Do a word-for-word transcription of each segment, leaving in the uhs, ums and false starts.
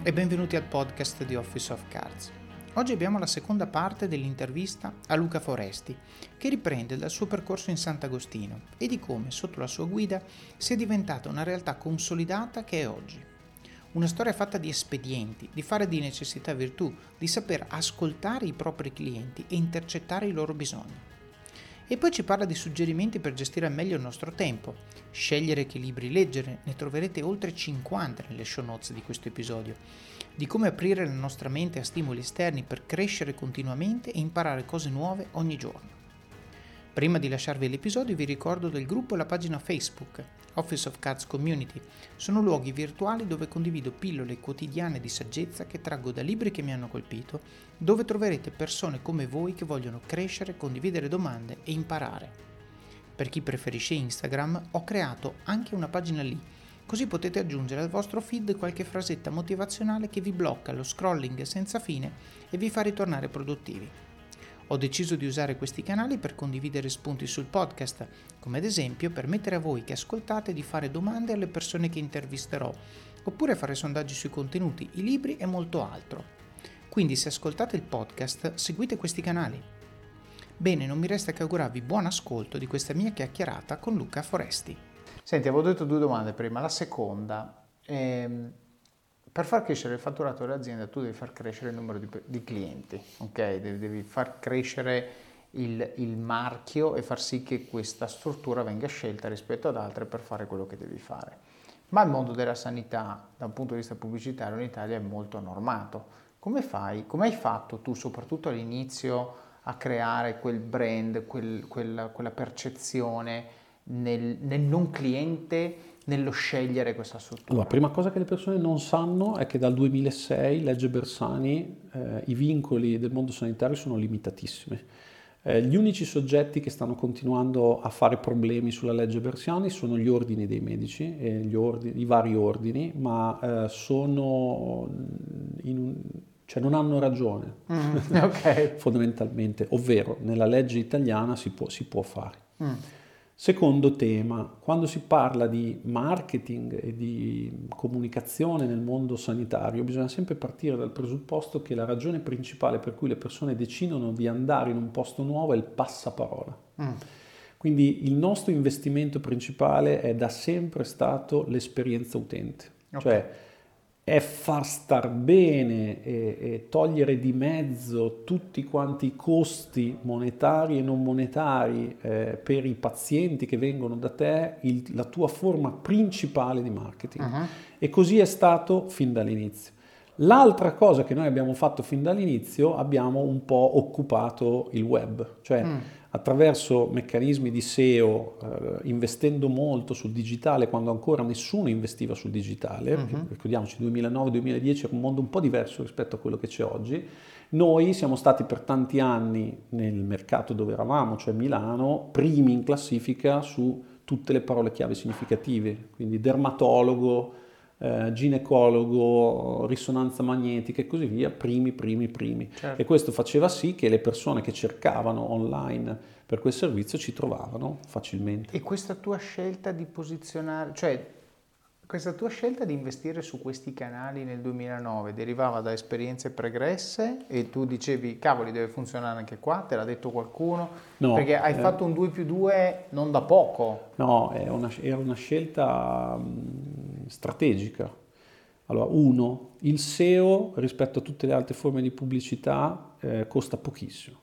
e benvenuti al podcast di Office of Cards. Oggi abbiamo la seconda parte dell'intervista a Luca Foresti, che riprende dal suo percorso in Sant'Agostino e di come, sotto la sua guida, sia diventata una realtà consolidata che è oggi. Una storia fatta di espedienti, di fare di necessità virtù, di saper ascoltare i propri clienti e intercettare i loro bisogni. E poi ci parla di suggerimenti per gestire al meglio il nostro tempo, scegliere che libri leggere, ne troverete oltre cinquanta nelle show notes di questo episodio, di come aprire la nostra mente a stimoli esterni per crescere continuamente e imparare cose nuove ogni giorno. Prima di lasciarvi l'episodio vi ricordo del gruppo e la pagina Facebook, Office of Cards Community. Sono luoghi virtuali dove condivido pillole quotidiane di saggezza che traggo da libri che mi hanno colpito, dove troverete persone come voi che vogliono crescere, condividere domande e imparare. Per chi preferisce Instagram, ho creato anche una pagina lì, così potete aggiungere al vostro feed qualche frasetta motivazionale che vi blocca lo scrolling senza fine e vi fa ritornare produttivi. Ho deciso di usare questi canali per condividere spunti sul podcast, come ad esempio permettere a voi che ascoltate di fare domande alle persone che intervisterò, oppure fare sondaggi sui contenuti, i libri e molto altro. Quindi se ascoltate il podcast, seguite questi canali. Bene, non mi resta che augurarvi buon ascolto di questa mia chiacchierata con Luca Foresti. Senti, avevo detto due domande prima. La seconda, ehm, per far crescere il fatturato dell'azienda tu devi far crescere il numero di, di clienti, ok? Devi, devi far crescere il, il marchio e far sì che questa struttura venga scelta rispetto ad altre per fare quello che devi fare. Ma il mondo della sanità, da un punto di vista pubblicitario, in Italia è molto normato. Come fai, come hai fatto tu, soprattutto all'inizio, a creare quel brand, quel, quella, quella percezione nel, nel non cliente, nello scegliere questa struttura? Allora, prima cosa che le persone non sanno è che dal duemilasei, legge Bersani, eh, i vincoli del mondo sanitario sono limitatissimi. Eh, gli unici soggetti che stanno continuando a fare problemi sulla legge Bersani sono gli ordini dei medici, e gli ordini, i vari ordini, ma eh, sono in un, cioè non hanno ragione, Mm, okay. fondamentalmente, ovvero nella legge italiana si può, si può fare. Mm. Secondo tema, quando si parla di marketing e di comunicazione nel mondo sanitario, bisogna sempre partire dal presupposto che la ragione principale per cui le persone decidono di andare in un posto nuovo è il passaparola. Mm. Quindi il nostro investimento principale è da sempre stato l'esperienza utente, okay. Cioè è far star bene e, e togliere di mezzo tutti quanti i costi monetari e non monetari eh, per i pazienti che vengono da te, il, la tua forma principale di marketing. Uh-huh. E così è stato fin dall'inizio. L'altra cosa che noi abbiamo fatto fin dall'inizio, abbiamo un po' occupato il web, cioè mm. attraverso meccanismi di S E O, eh, investendo molto sul digitale quando ancora nessuno investiva sul digitale, mm-hmm. perché, ricordiamoci duemilanove duemiladieci era un mondo un po' diverso rispetto a quello che c'è oggi. Noi siamo stati per tanti anni nel mercato dove eravamo, cioè Milano, primi in classifica su tutte le parole chiave significative, quindi dermatologo, Eh, ginecologo, risonanza magnetica e così via, primi, primi, primi. Certo. E questo faceva sì che le persone che cercavano online per quel servizio ci trovavano facilmente. E questa tua scelta di posizionare, cioè questa tua scelta di investire su questi canali nel duemilanove derivava da esperienze pregresse e tu dicevi, cavoli, deve funzionare anche qua, te l'ha detto qualcuno? No, perché hai eh, fatto un due più due non da poco. No, è una, era una scelta mh, strategica. Allora, uno, il S E O rispetto a tutte le altre forme di pubblicità eh, costa pochissimo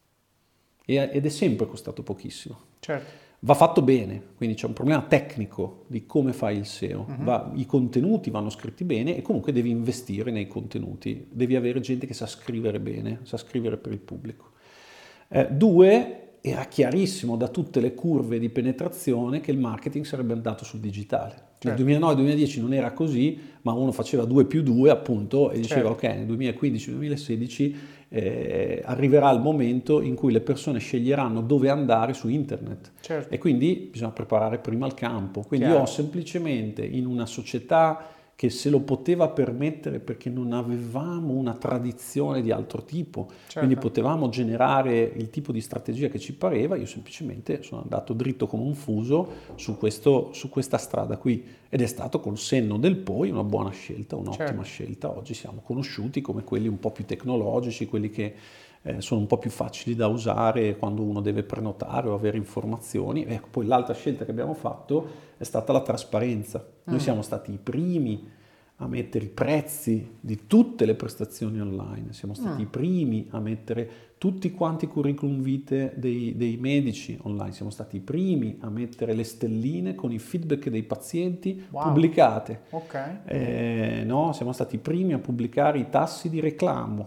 e, ed è sempre costato pochissimo. Certo. Va fatto bene, quindi c'è un problema tecnico di come fai il S E O. Uh-huh. Va, i contenuti vanno scritti bene e comunque devi investire nei contenuti, devi avere gente che sa scrivere bene, sa scrivere per il pubblico. Eh, due, era chiarissimo da tutte le curve di penetrazione che il marketing sarebbe andato sul digitale. Nel certo. duemilanove duemiladodici non era così, ma uno faceva due più due appunto e diceva certo. ok, nel duemilaquindici duemilasedici eh, arriverà il momento in cui le persone sceglieranno dove andare su internet certo. e quindi bisogna preparare prima il campo. Quindi Chiaro. Io ho semplicemente in una società che se lo poteva permettere perché non avevamo una tradizione di altro tipo, certo. Quindi potevamo generare il tipo di strategia che ci pareva. Io semplicemente sono andato dritto come un fuso su, questo, su questa strada qui, ed è stato col senno del poi una buona scelta, un'ottima certo. scelta. Oggi siamo conosciuti come quelli un po' più tecnologici, quelli che eh, sono un po' più facili da usare quando uno deve prenotare o avere informazioni. Ecco, poi l'altra scelta che abbiamo fatto è stata la trasparenza. Noi mm. siamo stati i primi a mettere i prezzi di tutte le prestazioni online, siamo stati mm. i primi a mettere tutti quanti i curriculum vitae dei, dei medici online, siamo stati i primi a mettere le stelline con i feedback dei pazienti wow. pubblicate. Okay. Eh, no? Siamo stati i primi a pubblicare i tassi di reclamo,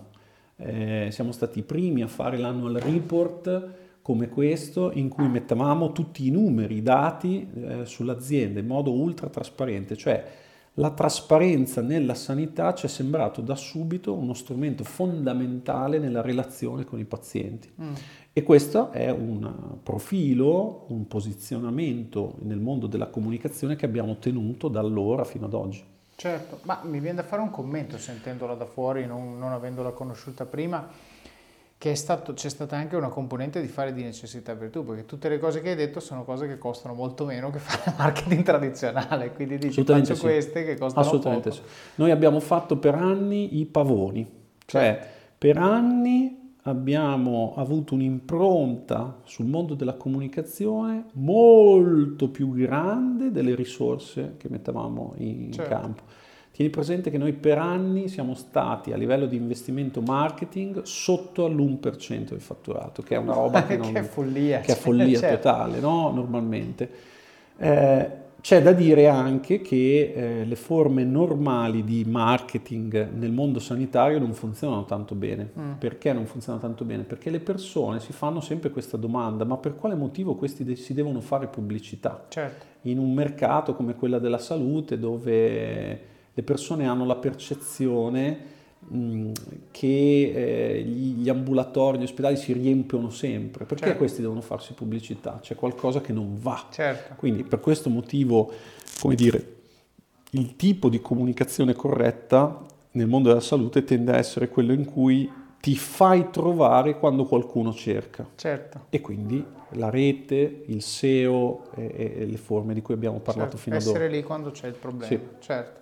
eh, siamo stati i primi a fare l'annual report come questo, in cui mettevamo tutti i numeri, i dati eh, sull'azienda in modo ultra trasparente. Cioè la trasparenza nella sanità ci è sembrato da subito uno strumento fondamentale nella relazione con i pazienti. Mm. E questo è un profilo, un posizionamento nel mondo della comunicazione che abbiamo tenuto da allora fino ad oggi. Certo, ma mi viene da fare un commento sentendola da fuori, non, non avendola conosciuta prima, che è stato, c'è stata anche una componente di fare di necessità virtù, perché tutte le cose che hai detto sono cose che costano molto meno che fare marketing tradizionale, quindi dici faccio sì. queste che costano Assolutamente poco. Sì. Noi abbiamo fatto per anni i pavoni, cioè certo. per anni abbiamo avuto un'impronta sul mondo della comunicazione molto più grande delle risorse che mettevamo in certo. campo. Tieni presente che noi per anni siamo stati a livello di investimento marketing sotto all'uno per cento del fatturato, che è una roba che, non, che è follia, che è follia certo. totale, no? Normalmente. Eh, c'è da dire anche che eh, le forme normali di marketing nel mondo sanitario non funzionano tanto bene. Mm. Perché non funzionano tanto bene? Perché le persone si fanno sempre questa domanda: ma per quale motivo questi de- si devono fare pubblicità? Certo. In un mercato come quella della salute, dove le persone hanno la percezione mh, che eh, gli, gli ambulatori, gli ospedali si riempiono sempre. Perché certo. questi devono farsi pubblicità? C'è qualcosa che non va. Certo. Quindi per questo motivo, come dire, il tipo di comunicazione corretta nel mondo della salute tende a essere quello in cui ti fai trovare quando qualcuno cerca. Certo. E quindi la rete, il S E O e, e le forme di cui abbiamo parlato certo. fino ad ora. Essere lì quando c'è il problema. Sì. Certo.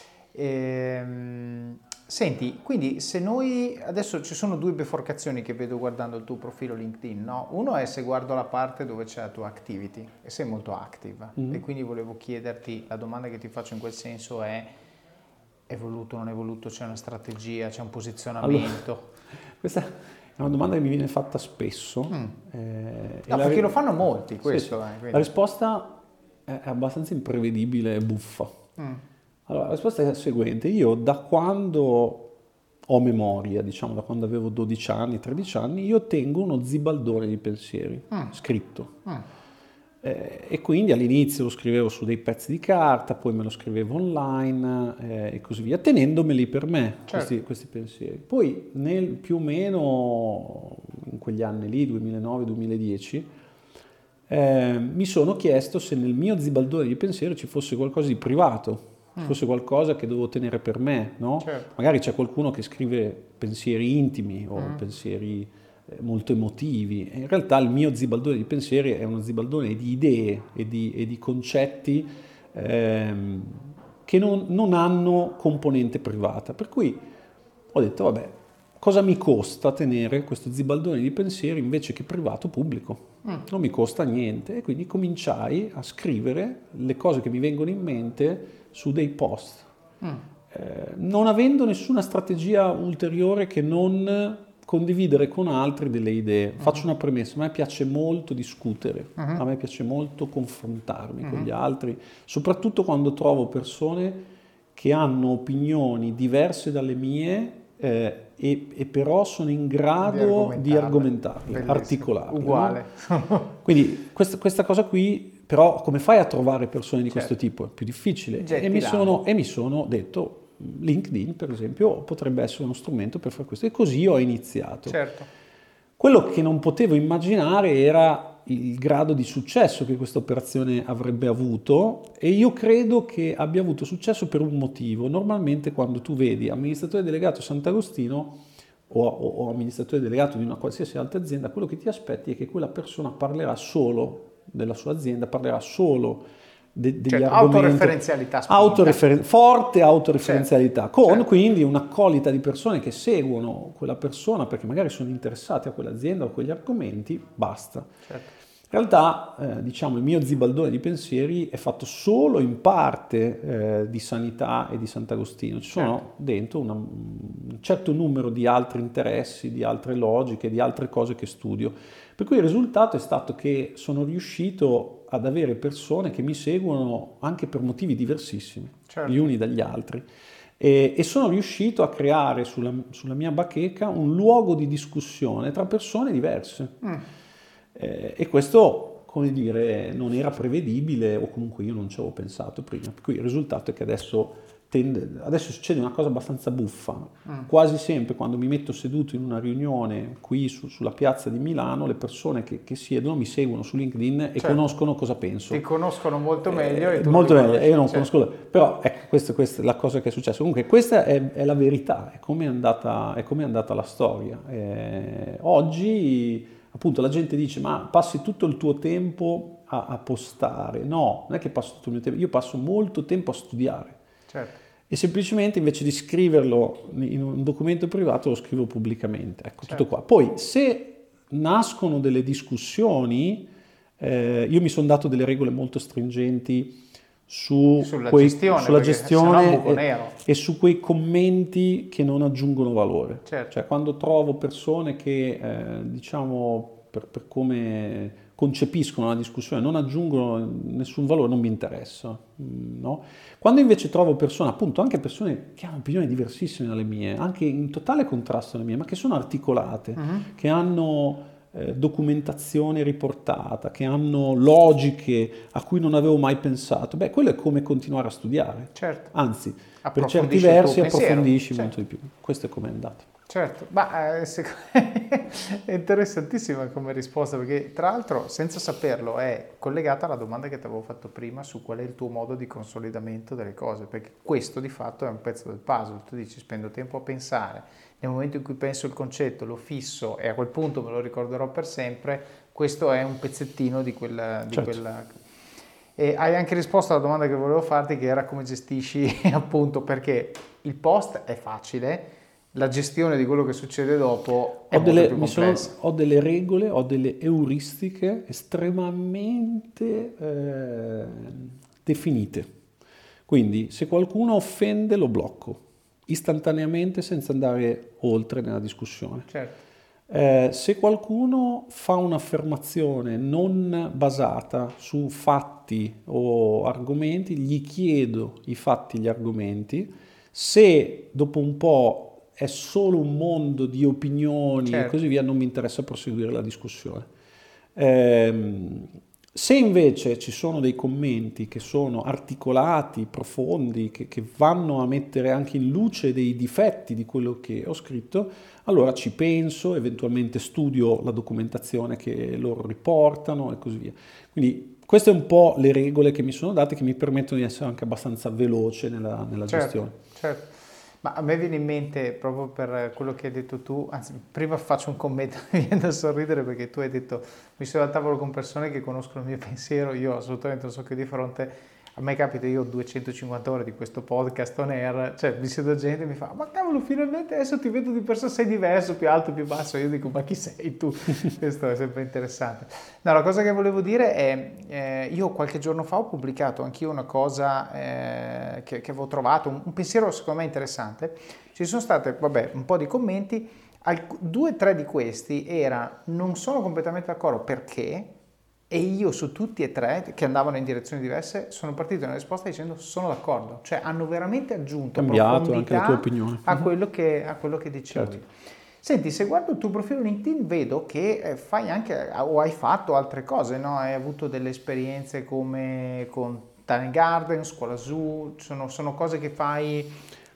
Ehm, senti, quindi se noi adesso ci sono due biforcazioni che vedo guardando il tuo profilo LinkedIn, no? Uno è se guardo la parte dove c'è la tua activity e sei molto active mm-hmm. e quindi volevo chiederti, la domanda che ti faccio in quel senso è: è voluto o non è voluto, c'è una strategia, c'è un posizionamento? Allora, questa è una domanda che mi viene fatta spesso. Mm. Eh, no, perché lo fanno molti questo. Sì, eh, la risposta è abbastanza imprevedibile e buffa. Mm. Allora, la risposta è la seguente: io da quando ho memoria, diciamo da quando avevo dodici anni, tredici anni, io tengo uno zibaldone di pensieri mm. scritto. Mm. Eh, e quindi all'inizio lo scrivevo su dei pezzi di carta, poi me lo scrivevo online eh, e così via, tenendomeli per me, certo. questi, questi pensieri. Poi nel più o meno in quegli anni lì, duemilanove duemiladieci, eh, mi sono chiesto se nel mio zibaldone di pensieri ci fosse qualcosa di privato. Ci fosse qualcosa che devo tenere per me, no? Certo. Magari c'è qualcuno che scrive pensieri intimi o mm. pensieri eh, molto emotivi. E in realtà il mio zibaldone di pensieri è uno zibaldone di idee e di, e di concetti ehm, che non, non hanno componente privata. Per cui ho detto, vabbè, cosa mi costa tenere questo zibaldone di pensieri invece che privato pubblico? Mm. Non mi costa niente. E quindi cominciai a scrivere le cose che mi vengono in mente su dei post, mm. eh, non avendo nessuna strategia ulteriore che non condividere con altri delle idee. Uh-huh. Faccio una premessa: a me piace molto discutere, uh-huh. a me piace molto confrontarmi uh-huh. con gli altri, soprattutto quando trovo persone che hanno opinioni diverse dalle mie eh, e, e però sono in grado di argomentarle, articolarle. Uguale. No? Quindi questa, questa cosa qui, però come fai a trovare persone di certo. questo tipo? È più difficile. E mi, sono, e mi sono detto, LinkedIn per esempio potrebbe essere uno strumento per fare questo, e così ho iniziato. Certo. Quello che non potevo immaginare era il grado di successo che questa operazione avrebbe avuto, e io credo che abbia avuto successo per un motivo. Normalmente quando tu vedi amministratore delegato Sant'Agostino o, o, o amministratore delegato di una qualsiasi altra azienda, quello che ti aspetti è che quella persona parlerà solo della sua azienda, parlerà solo de, degli certo, argomenti. Autoreferenzialità spinta. Autoreferen- forte autoreferenzialità, certo, con certo. quindi un'accolita di persone che seguono quella persona perché magari sono interessati a quell'azienda o a quegli argomenti, basta. Certo. In realtà, eh, diciamo, il mio zibaldone di pensieri è fatto solo in parte eh, di sanità e di Sant'Agostino. Ci sono certo. dentro una, un certo numero di altri interessi, di altre logiche, di altre cose che studio. Per cui il risultato è stato che sono riuscito ad avere persone che mi seguono anche per motivi diversissimi, certo. gli uni dagli altri. E, e sono riuscito a creare sulla, sulla mia bacheca un luogo di discussione tra persone diverse. Mm. Eh, e questo, come dire, non era prevedibile, o comunque io non ci avevo pensato prima. Per cui il risultato è che adesso, tende, adesso succede una cosa abbastanza buffa. Mm. Quasi sempre quando mi metto seduto in una riunione qui su, sulla piazza di Milano, le persone che, che siedono mi seguono su LinkedIn e certo. conoscono cosa penso. Ti conoscono molto meglio eh, e tu molto meglio, e io non certo. conosco. Però ecco, questa, questa è la cosa che è successa. Comunque questa è, è la verità, è come è andata, è come è andata la storia. Eh, oggi appunto la gente dice ma passi tutto il tuo tempo a, a postare. No, non è che passo tutto il mio tempo, io passo molto tempo a studiare. Certo. E semplicemente invece di scriverlo in un documento privato lo scrivo pubblicamente. Ecco, certo. Tutto qua. Poi se nascono delle discussioni, eh, io mi sono dato delle regole molto stringenti su sulla quei, gestione, sulla gestione e, e su quei commenti che non aggiungono valore. Certo. Cioè quando trovo persone che eh, diciamo per, per come concepiscono la discussione non aggiungono nessun valore, non mi interessa, no? Quando invece trovo persone, appunto anche persone che hanno opinioni diversissime dalle mie, anche in totale contrasto alle mie, ma che sono articolate, uh-huh. che hanno Eh, documentazione riportata, che hanno logiche a cui non avevo mai pensato, beh, quello è come continuare a studiare. Certo. Anzi, per certi versi approfondisci certo. molto di più. Questo è come è andato. Certo, ma eh, è interessantissima come risposta, perché tra l'altro, senza saperlo, è collegata alla domanda che ti avevo fatto prima su qual è il tuo modo di consolidamento delle cose, perché questo di fatto è un pezzo del puzzle. Tu dici spendo tempo a pensare, nel momento in cui penso il concetto lo fisso e a quel punto me lo ricorderò per sempre. Questo è un pezzettino di quella, di certo. quella... E hai anche risposto alla domanda che volevo farti, che era come gestisci appunto, perché il post è facile, la gestione di quello che succede dopo è ho molto delle, più mi complessa. Sono, ho delle regole, ho delle euristiche estremamente eh, definite. Quindi se qualcuno offende lo blocco istantaneamente senza andare oltre nella discussione. Certo. Eh, se qualcuno fa un'affermazione non basata su fatti o argomenti, gli chiedo i fatti e gli argomenti. Se dopo un po' è solo un mondo di opinioni certo. e così via, non mi interessa proseguire la discussione. Eh, se invece ci sono dei commenti che sono articolati, profondi, che, che vanno a mettere anche in luce dei difetti di quello che ho scritto, allora ci penso, eventualmente studio la documentazione che loro riportano e così via. Quindi queste sono un po' le regole che mi sono date, che mi permettono di essere anche abbastanza veloce nella, nella certo, gestione. Certo. Ma a me viene in mente, proprio per quello che hai detto tu, anzi prima faccio un commento, mi viene da sorridere perché tu hai detto mi sono al tavolo con persone che conoscono il mio pensiero, io assolutamente non so che di fronte, a me capita, io ho duecentocinquanta ore di questo podcast on air, cioè mi siedo gente e mi fa ma cavolo finalmente adesso ti vedo di persona, sei diverso, più alto, più basso, io dico ma chi sei tu? Questo è sempre interessante. No, la cosa che volevo dire è, eh, io qualche giorno fa ho pubblicato anch'io una cosa eh, che, che avevo trovato, un, un pensiero secondo me interessante, ci sono state vabbè un po' di commenti, alc- due o tre di questi era non sono completamente d'accordo perché. E io su tutti e tre, che andavano in direzioni diverse, sono partito nella risposta dicendo sono d'accordo. Cioè hanno veramente aggiunto cambiato anche la tua opinione a quello che, a quello che dicevo certo. io. Senti, se guardo il tuo profilo LinkedIn vedo che fai anche, o hai fatto altre cose, no? Hai avuto delle esperienze come con Talent Garden, Scuola Zoo, sono, sono cose che fai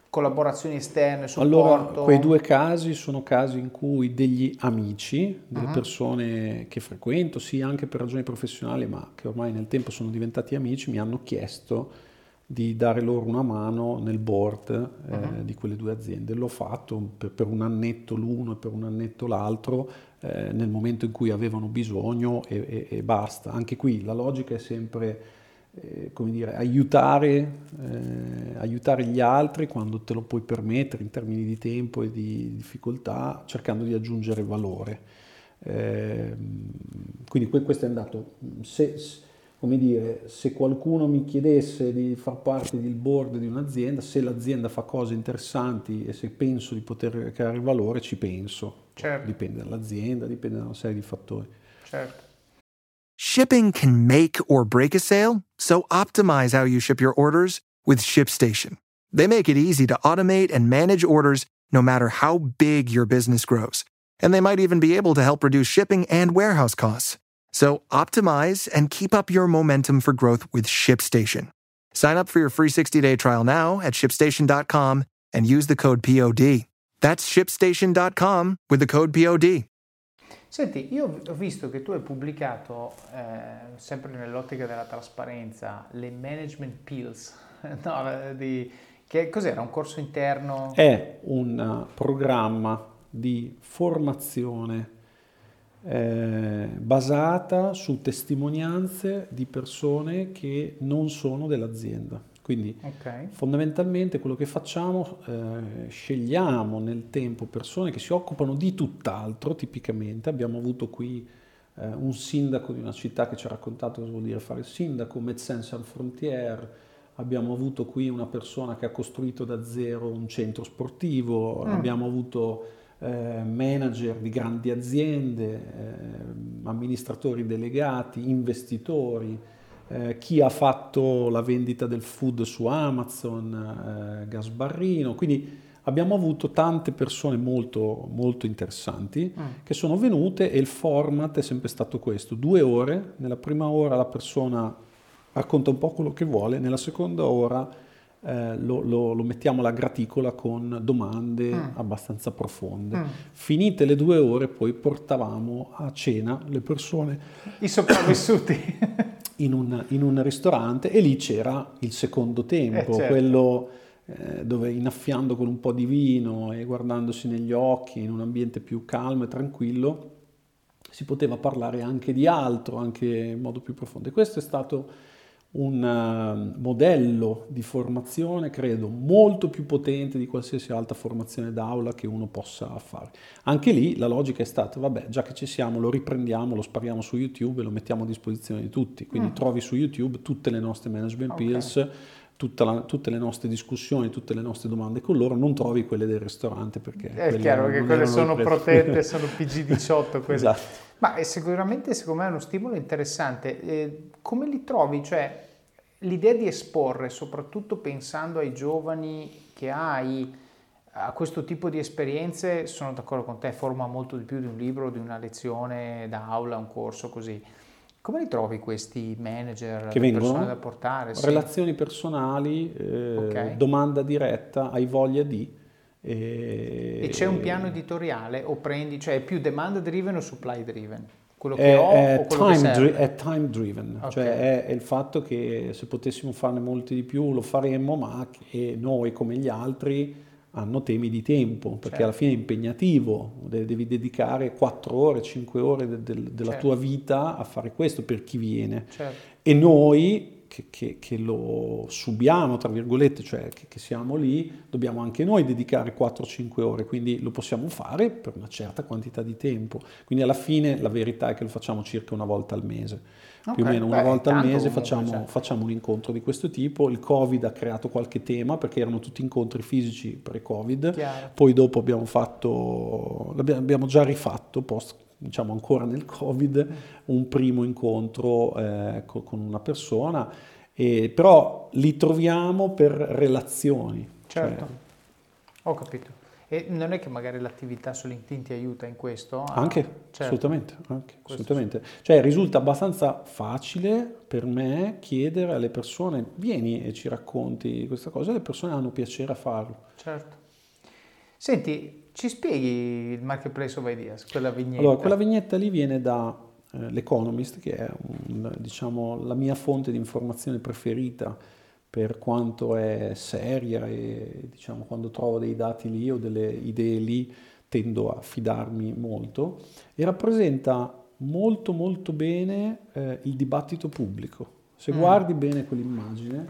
collaborazioni esterne, Allora, supporto? quei due casi sono casi in cui degli amici, delle Mhm. persone che frequento, sì, anche per ragioni professionali, ma che ormai nel tempo sono diventati amici, mi hanno chiesto di dare loro una mano nel board Mhm. eh, di quelle due aziende. L'ho fatto per, per un annetto l'uno e per un annetto l'altro, eh, nel momento in cui avevano bisogno e, e- e basta. Anche qui la logica è sempre, eh, come dire, aiutare, eh, aiutare gli altri quando te lo puoi permettere in termini di tempo e di difficoltà, cercando di aggiungere valore. Eh, quindi que- questo è andato. Se, se- come dire, se qualcuno mi chiedesse di far parte del board di un'azienda, se l'azienda fa cose interessanti e se penso di poter creare valore, ci penso. Poi Certo, dipende dall'azienda, dipende da una serie di fattori. certo. Shipping can make or break a sale, so optimize how you ship your orders with ShipStation. They make it easy to automate and manage orders no matter how big your business grows. And they might even be able to help reduce shipping and warehouse costs. So optimize and keep up your momentum for growth with ShipStation. Sign up for your free sixty-day trial now at ship station dot com and use the code P O D. That's ship station dot com with the code P O D. Senti, io ho visto che tu hai pubblicato, eh, sempre nell'ottica della trasparenza, le Management Pills, no, di, che cos'era? Un corso interno? È un programma di formazione eh, basata su testimonianze di persone che non sono dell'azienda. Quindi Ok. fondamentalmente quello che facciamo, eh, scegliamo nel tempo persone che si occupano di tutt'altro, tipicamente. Abbiamo avuto qui eh, un sindaco di una città che ci ha raccontato cosa vuol dire fare il sindaco, Médecins Sans Frontières. Abbiamo avuto qui una persona che ha costruito da zero un centro sportivo, Mm. abbiamo avuto eh, manager di grandi aziende, eh, amministratori delegati, investitori, eh, chi ha fatto la vendita del food su Amazon, eh, Gasbarrino. Quindi abbiamo avuto tante persone molto, molto interessanti Mm. che sono venute e il format è sempre stato questo: due ore, nella prima ora la persona racconta un po' quello che vuole, nella seconda ora eh, lo, lo- lo mettiamo alla graticola con domande Mm. abbastanza profonde. Mm. Finite le due ore poi portavamo a cena le persone I sopravvissuti. in un, in un ristorante e lì c'era il secondo tempo, Eh, certo. quello eh, dove innaffiando con un po' di vino e guardandosi negli occhi in un ambiente più calmo e tranquillo si poteva parlare anche di altro, anche in modo più profondo. E questo è stato un uh, modello di formazione, credo, molto più potente di qualsiasi altra formazione d'aula che uno possa fare. Anche lì la logica è stata, vabbè, già che ci siamo, lo riprendiamo, lo spariamo su YouTube e lo mettiamo a disposizione di tutti. Quindi Mm. trovi su YouTube tutte le nostre management Ok. pills, tutta la- tutte le nostre discussioni, tutte le nostre domande con loro. Non trovi quelle del ristorante perché È quelle chiaro non- che non quelle erano sono riprese. protette, sono P G diciotto quelle. Esatto. Ma è sicuramente, secondo me, è uno stimolo interessante. Eh, come li trovi? Cioè, l'idea di esporre, soprattutto pensando ai giovani che hai, a questo tipo di esperienze, sono d'accordo con te, forma molto di più di un libro, di una lezione d'aula, un corso così. Come li trovi questi manager, Che le persone da vengono portare? Sì. relazioni personali, eh, Ok. domanda diretta, hai voglia di... E c'è un piano E... editoriale o prendi, cioè è più demand driven o supply driven? Quello che È, ho è o quello che time, dri- serve? è time driven, Ok. cioè è, è il fatto che se potessimo farne molti di più lo faremmo, ma che noi come gli altri hanno temi di tempo, perché Certo. alla fine è impegnativo, de- devi dedicare quattro ore, cinque ore de- del- della Certo. tua vita a fare questo per chi viene. Certo. E noi che, che- che lo subiamo, tra virgolette, cioè che, che siamo lì, dobbiamo anche noi dedicare quattro cinque ore, quindi lo possiamo fare per una certa quantità di tempo. Quindi alla fine la verità è che lo facciamo circa una volta al mese. Più o Ok, meno una beh, volta al tanto mese comunque, facciamo, cioè. facciamo un incontro di questo tipo. Il Covid ha creato qualche tema perché erano tutti incontri fisici pre-Covid. Chiaro. Poi dopo abbiamo fatto, l'abbiamo abbiamo già rifatto, post, diciamo ancora nel Covid, un primo incontro eh, co- con una persona, e, però li troviamo per relazioni. Certo. Cioè, Ho capito. E non è che magari l'attività su LinkedIn ti aiuta in questo? Anche, certo. assolutamente, anche, assolutamente. Cioè risulta abbastanza facile per me chiedere alle persone, vieni e ci racconti questa cosa, e le persone hanno piacere a farlo. Certo. Senti, ci spieghi il Marketplace of Ideas, quella vignetta? Allora, quella vignetta lì viene da eh, l'Economist, che è un, diciamo, la mia fonte di informazione preferita per quanto è seria, e diciamo quando trovo dei dati lì o delle idee lì tendo a fidarmi molto, e rappresenta molto molto bene eh, il dibattito pubblico. Se mm. guardi bene quell'immagine,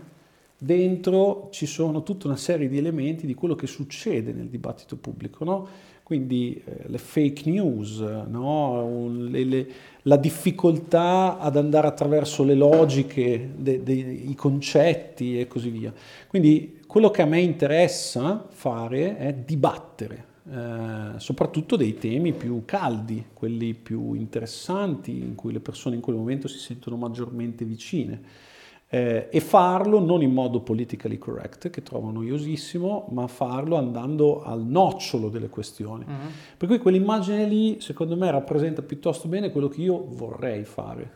dentro ci sono tutta una serie di elementi di quello che succede nel dibattito pubblico, no? Quindi eh, le fake news, no? Un, le, le, la difficoltà ad andare attraverso le logiche, de, de, i concetti e così via. Quindi quello che a me interessa fare è dibattere, eh, soprattutto dei temi più caldi, quelli più interessanti, in cui le persone in quel momento si sentono maggiormente vicine. Eh, e farlo non in modo politically correct, che trovo noiosissimo, ma farlo andando al nocciolo delle questioni. Mm-hmm. Per cui quell'immagine lì, secondo me, rappresenta piuttosto bene quello che io vorrei fare.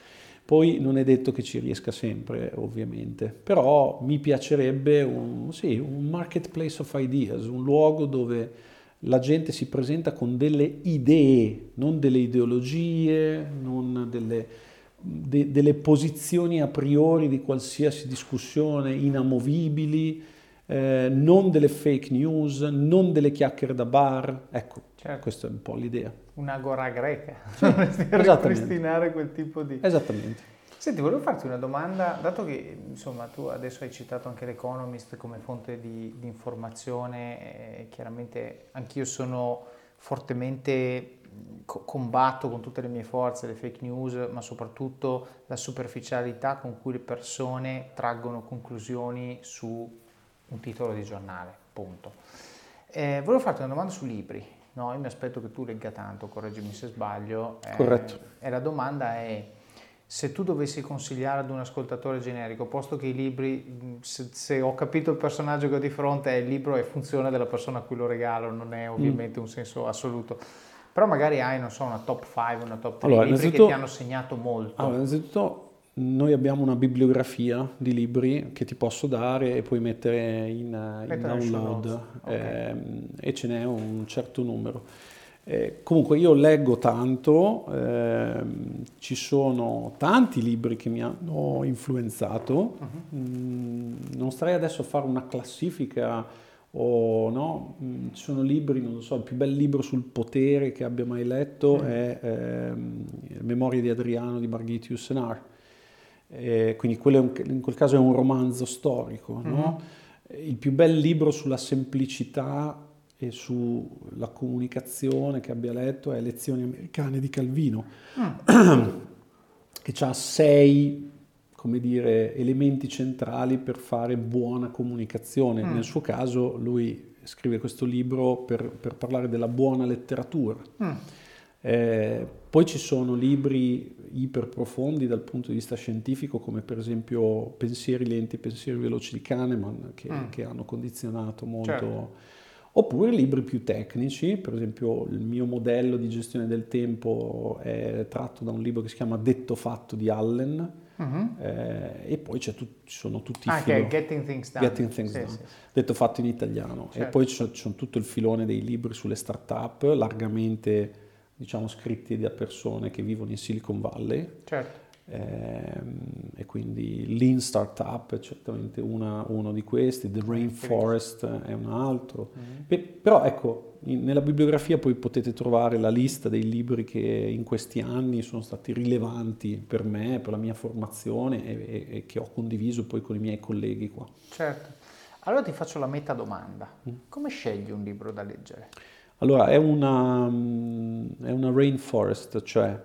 Poi non è detto che ci riesca sempre, ovviamente, però mi piacerebbe un, sì, un marketplace of ideas, un luogo dove la gente si presenta con delle idee, non delle ideologie, non delle... De, delle posizioni a priori di qualsiasi discussione inamovibili, eh, non delle fake news, non delle chiacchiere da bar. Ecco, certo. Questa è un po' l'idea. Un'agora greca, sì, ripristinare quel tipo di... Esattamente. Senti, volevo farti una domanda, dato che insomma tu adesso hai citato anche l'Economist come fonte di, di informazione, eh, chiaramente anch'io sono fortemente... combatto con tutte le mie forze le fake news, ma soprattutto la superficialità con cui le persone traggono conclusioni su un titolo di giornale, punto. Eh, volevo farti una domanda su libri, no? Io mi aspetto che tu legga tanto, correggimi se sbaglio. Eh, Corretto. E la domanda è, se tu dovessi consigliare ad un ascoltatore generico, posto che i libri, se, se ho capito il personaggio che ho di fronte, è il libro è funzione della persona a cui lo regalo, non è ovviamente mm. un senso assoluto. Però magari hai, non so, una top cinque, una top tre allora, libri che ti hanno segnato molto. Allora, innanzitutto noi abbiamo una bibliografia di libri che ti posso dare e puoi mettere in, in download, okay. eh, e ce n'è un certo numero. Eh, comunque io leggo tanto, eh, ci sono tanti libri che mi hanno influenzato, uh-huh. mm, non starei adesso a fare una classifica o no, ci sono libri, non lo so, il più bel libro sul potere che abbia mai letto mm. è ehm, Memorie di Adriano di Margit Yourcenar, eh, quindi quello è un, in quel caso è un romanzo storico, mm. no? Il più bel libro sulla semplicità e sulla comunicazione che abbia letto è Lezioni americane di Calvino, mm. che ha sei, come dire, elementi centrali per fare buona comunicazione. Mm. Nel suo caso lui scrive questo libro per, per parlare della buona letteratura. Mm. Eh, poi ci sono libri iper profondi dal punto di vista scientifico, come per esempio Pensieri lenti, pensieri veloci di Kahneman, che, mm. che hanno condizionato molto. Certo. Oppure libri più tecnici, per esempio il mio modello di gestione del tempo è tratto da un libro che si chiama Detto Fatto di Allen. Uh-huh. eh, e poi c'è tut- ci sono tutti ah, i filoni. Che è Getting Things Done, Getting Things sì, Done. Sì, sì. Detto fatto in italiano. Certo. E poi ci sono, ci sono tutto il filone dei libri sulle start-up, largamente diciamo scritti da persone che vivono in Silicon Valley. Certo. Eh, e quindi Lean Startup è certamente una, uno di questi, The Rainforest è un altro. Mm-hmm. Pe- però ecco, in, nella bibliografia poi potete trovare la lista dei libri che in questi anni sono stati rilevanti per me, per la mia formazione e, e, e che ho condiviso poi con i miei colleghi qua. Certo. Allora ti faccio la meta domanda. Mm. Come scegli un libro da leggere? Allora, è una, è una rainforest, cioè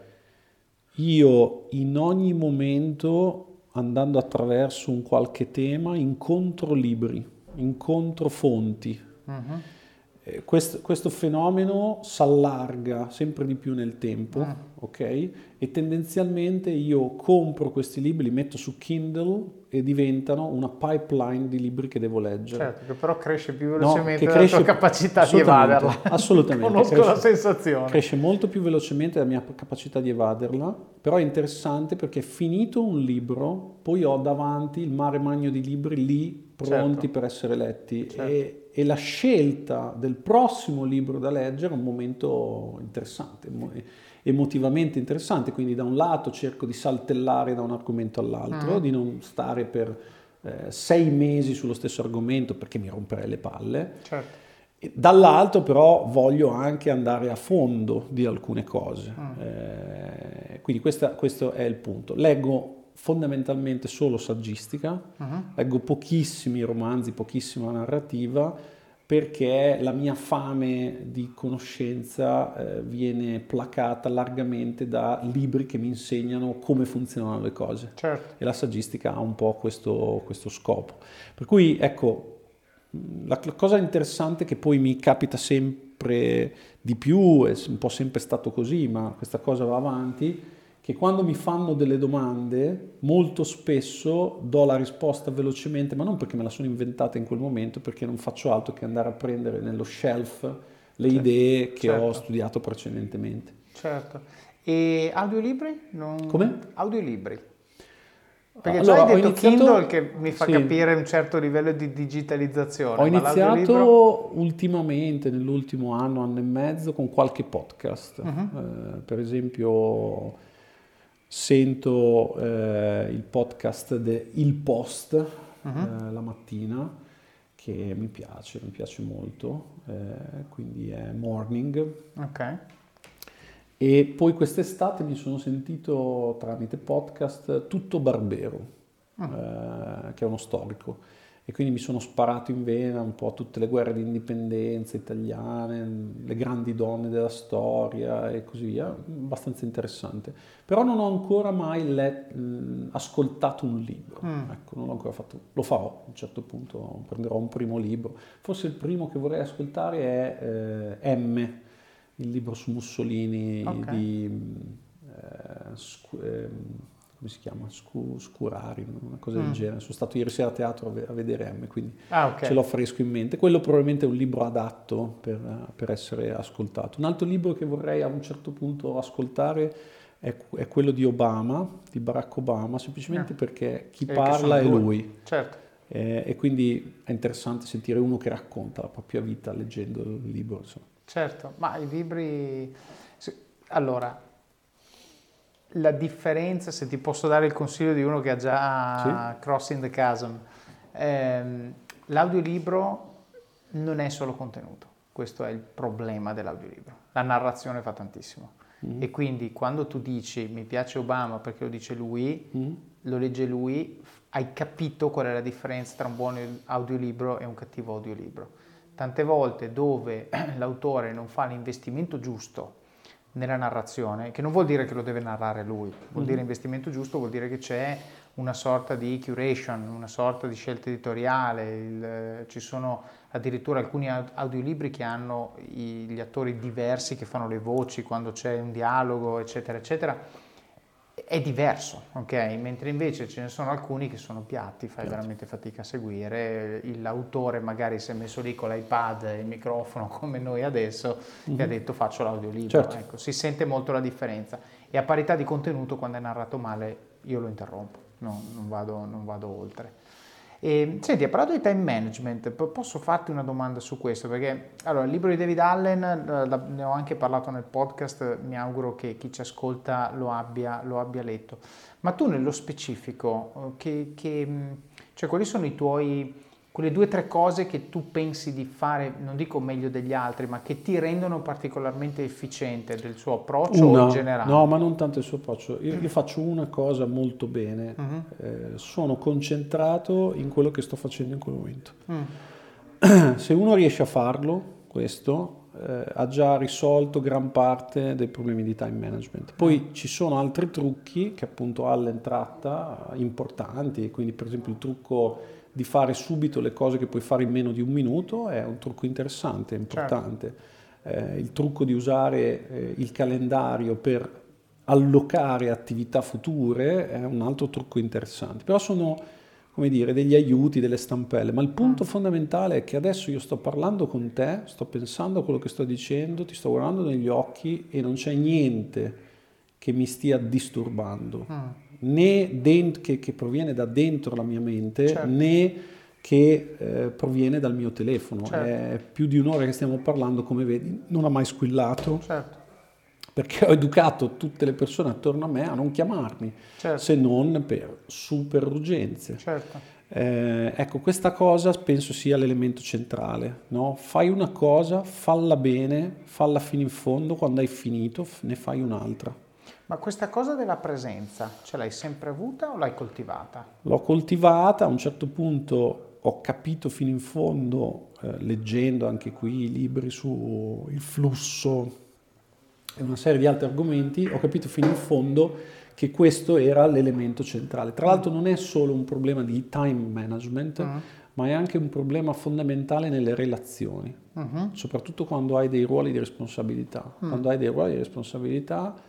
io in ogni momento, andando attraverso un qualche tema, incontro libri, incontro fonti. Uh-huh. eh, questo, questo fenomeno si allarga sempre di più nel tempo, Mm. ok? E tendenzialmente io compro questi libri, li metto su Kindle e diventano una pipeline di libri che devo leggere. Certo, che però cresce più No, velocemente che della cresce- tua capacità di assolutamente, evaderla. assolutamente, Conosco cresce- la sensazione. Cresce molto più velocemente la mia capacità di evaderla, però è interessante perché finito un libro, poi ho davanti il mare magno di libri lì pronti Certo. per essere letti Certo. e, e la scelta del prossimo libro da leggere è un momento interessante, emo- emotivamente interessante, quindi da un lato cerco di saltellare da un argomento all'altro, Mm. di non stare per eh, sei mesi sullo stesso argomento perché mi romperei le palle. Certo. E dall'altro però voglio anche andare a fondo di alcune cose. Mm. Eh, quindi questa- questo è il punto. Leggo fondamentalmente solo saggistica, Mhm. leggo pochissimi romanzi, pochissima narrativa, perché la mia fame di conoscenza eh, viene placata largamente da libri che mi insegnano come funzionano le cose. Certo. E la saggistica ha un po' questo, questo scopo. Per cui, ecco, la, la cosa interessante che poi mi capita sempre di più, è un po' sempre stato così, ma questa cosa va avanti, che quando mi fanno delle domande, molto spesso do la risposta velocemente, ma non perché me la sono inventata in quel momento, perché non faccio altro che andare a prendere nello shelf le Certo. idee che ho Certo. studiato precedentemente. Certo. E audiolibri? Non... Come? Audiolibri. Perché Allora, già ho hai detto iniziato- Kindle che mi fa sì. capire un certo livello di digitalizzazione. Ho ma l'audiolibro? iniziato ultimamente, nell'ultimo anno, anno e mezzo, con qualche podcast. Mhm. Eh, per esempio, sento eh, il podcast de Il Post Mhm. eh, la mattina, che mi piace, mi piace molto, eh, quindi è Morning. Ok. E poi quest'estate mi sono sentito tramite podcast Tutto Barbero, eh, che è uno storico. E quindi mi sono sparato in vena un po' tutte le guerre di indipendenza italiane, le grandi donne della storia e così via, abbastanza interessante. Però non ho ancora mai let- mh, ascoltato un libro, Mm. ecco, non l'ho ancora fatto. Lo farò a un certo punto, prenderò un primo libro. Forse il primo che vorrei ascoltare è eh, M, il libro su Mussolini Ok. di eh, Scu- ehm, come si chiama? Scu- Scurari, una cosa del Mm. genere. Sono stato ieri sera a teatro a, ve- a vedere M, quindi Ah, ok. ce l'ho fresco in mente. Quello probabilmente è un libro adatto per, per essere ascoltato. Un altro libro che vorrei a un certo punto ascoltare è, è quello di Obama, di Barack Obama, semplicemente Ah. perché chi Eh, che parla è sono due. lui. Certo. Eh, e quindi è interessante sentire uno che racconta la propria vita leggendo il libro, insomma. Certo, ma i libri... se- Allora, la differenza, se ti posso dare il consiglio di uno che ha già Crossing the Chasm, ehm, l'audiolibro non è solo contenuto, questo è il problema dell'audiolibro. La narrazione fa tantissimo. Mm. E quindi quando tu dici mi piace Obama perché lo dice lui, Mm. lo legge lui, hai capito qual è la differenza tra un buon audiolibro e un cattivo audiolibro. Tante volte dove l'autore non fa l'investimento giusto nella narrazione, che non vuol dire che lo deve narrare lui, vuol Mhm. dire investimento giusto, vuol dire che c'è una sorta di curation, una sorta di scelta editoriale, il- ci sono addirittura alcuni au- audiolibri che hanno i- gli attori diversi che fanno le voci quando c'è un dialogo, eccetera, eccetera. È diverso, ok? Mentre invece ce ne sono alcuni che sono piatti, fai Piatti. veramente fatica a seguire. Il- L'autore magari si è messo lì con l'iPad e il microfono come noi adesso e ha detto faccio l'audiolibro. Certo. Ecco, si sente molto la differenza. E a parità di contenuto, quando è narrato male, io lo interrompo, no, non, vado, non vado oltre. E, senti, hai parlato di time management, P- posso farti una domanda su questo? Perché allora, il libro di David Allen, eh, la- ne ho anche parlato nel podcast, mi auguro che chi ci ascolta lo abbia, lo abbia letto. Ma tu nello specifico, eh, che, che, mh, cioè, quali sono i tuoi, quelle due o tre cose che tu pensi di fare, non dico meglio degli altri, ma che ti rendono particolarmente efficiente del suo approccio o in Una, generale? no, ma non tanto il suo approccio. Io, io faccio una cosa molto bene, Mhm. eh, sono concentrato in quello che sto facendo in quel momento. Mm. Se uno riesce a farlo, questo, eh, ha già risolto gran parte dei problemi di time management. Poi ci sono altri trucchi che appunto Allen tratta, importanti, quindi per esempio il trucco di fare subito le cose che puoi fare in meno di un minuto è un trucco interessante, importante. Certo. Eh, il trucco di usare eh, il calendario per allocare attività future è un altro trucco interessante. Però sono, come dire, degli aiuti, delle stampelle. Ma il punto mm. fondamentale è che adesso io sto parlando con te, sto pensando a quello che sto dicendo, ti sto guardando negli occhi e non c'è niente che mi stia disturbando. Mm. né dent- che, che proviene da dentro la mia mente, certo. né che eh, proviene dal mio telefono. Certo. È più di un'ora che stiamo parlando, come vedi, non ha mai squillato, certo. perché ho educato tutte le persone attorno a me a non chiamarmi, certo. se non per super urgenze. Certo. Eh, ecco, questa cosa penso sia l'elemento centrale, no? Fai una cosa, falla bene, falla fino in fondo, quando hai finito ne fai un'altra. Ma questa cosa della presenza, ce l'hai sempre avuta o l'hai coltivata? L'ho coltivata, a un certo punto ho capito fino in fondo, eh, leggendo anche qui libri sul flusso e una serie di altri argomenti, ho capito fino in fondo che questo era l'elemento centrale. Tra l'altro non è solo un problema di time management, mm. ma è anche un problema fondamentale nelle relazioni, mm-hmm. soprattutto quando hai dei ruoli di responsabilità. Mm. Quando hai dei ruoli di responsabilità,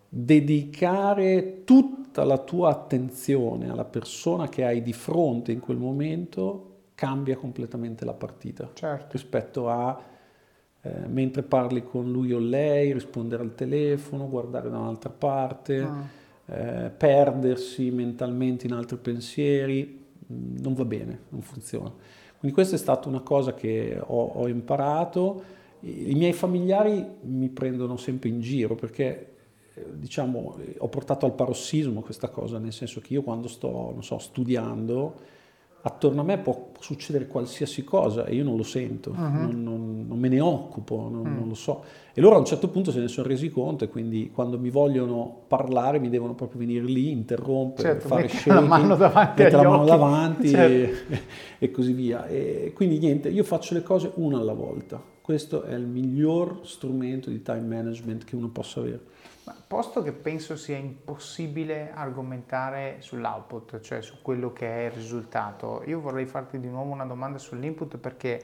dedicare tutta la tua attenzione alla persona che hai di fronte in quel momento cambia completamente la partita, certo. rispetto a eh, mentre parli con lui o lei, rispondere al telefono, guardare da un'altra parte, mm. eh, perdersi mentalmente in altri pensieri, non va bene, non funziona. Quindi questa è stata una cosa che ho, ho imparato. I miei familiari mi prendono sempre in giro perché diciamo, ho portato al parossismo questa cosa, nel senso che io quando sto, non so, studiando, attorno a me può succedere qualsiasi cosa e io non lo sento, uh-huh. non, non, non me ne occupo, non, uh-huh. non lo so. E loro a un certo punto se ne sono resi conto e quindi quando mi vogliono parlare mi devono proprio venire lì, interrompere, certo, fare shaking, la mano davanti, mettere la mano occhi. davanti certo. e, e così via. E quindi niente, io faccio le cose una alla volta. Questo è il miglior strumento di time management che uno possa avere. Ma posto che penso sia impossibile argomentare sull'output, cioè su quello che è il risultato, io vorrei farti di nuovo una domanda sull'input, perché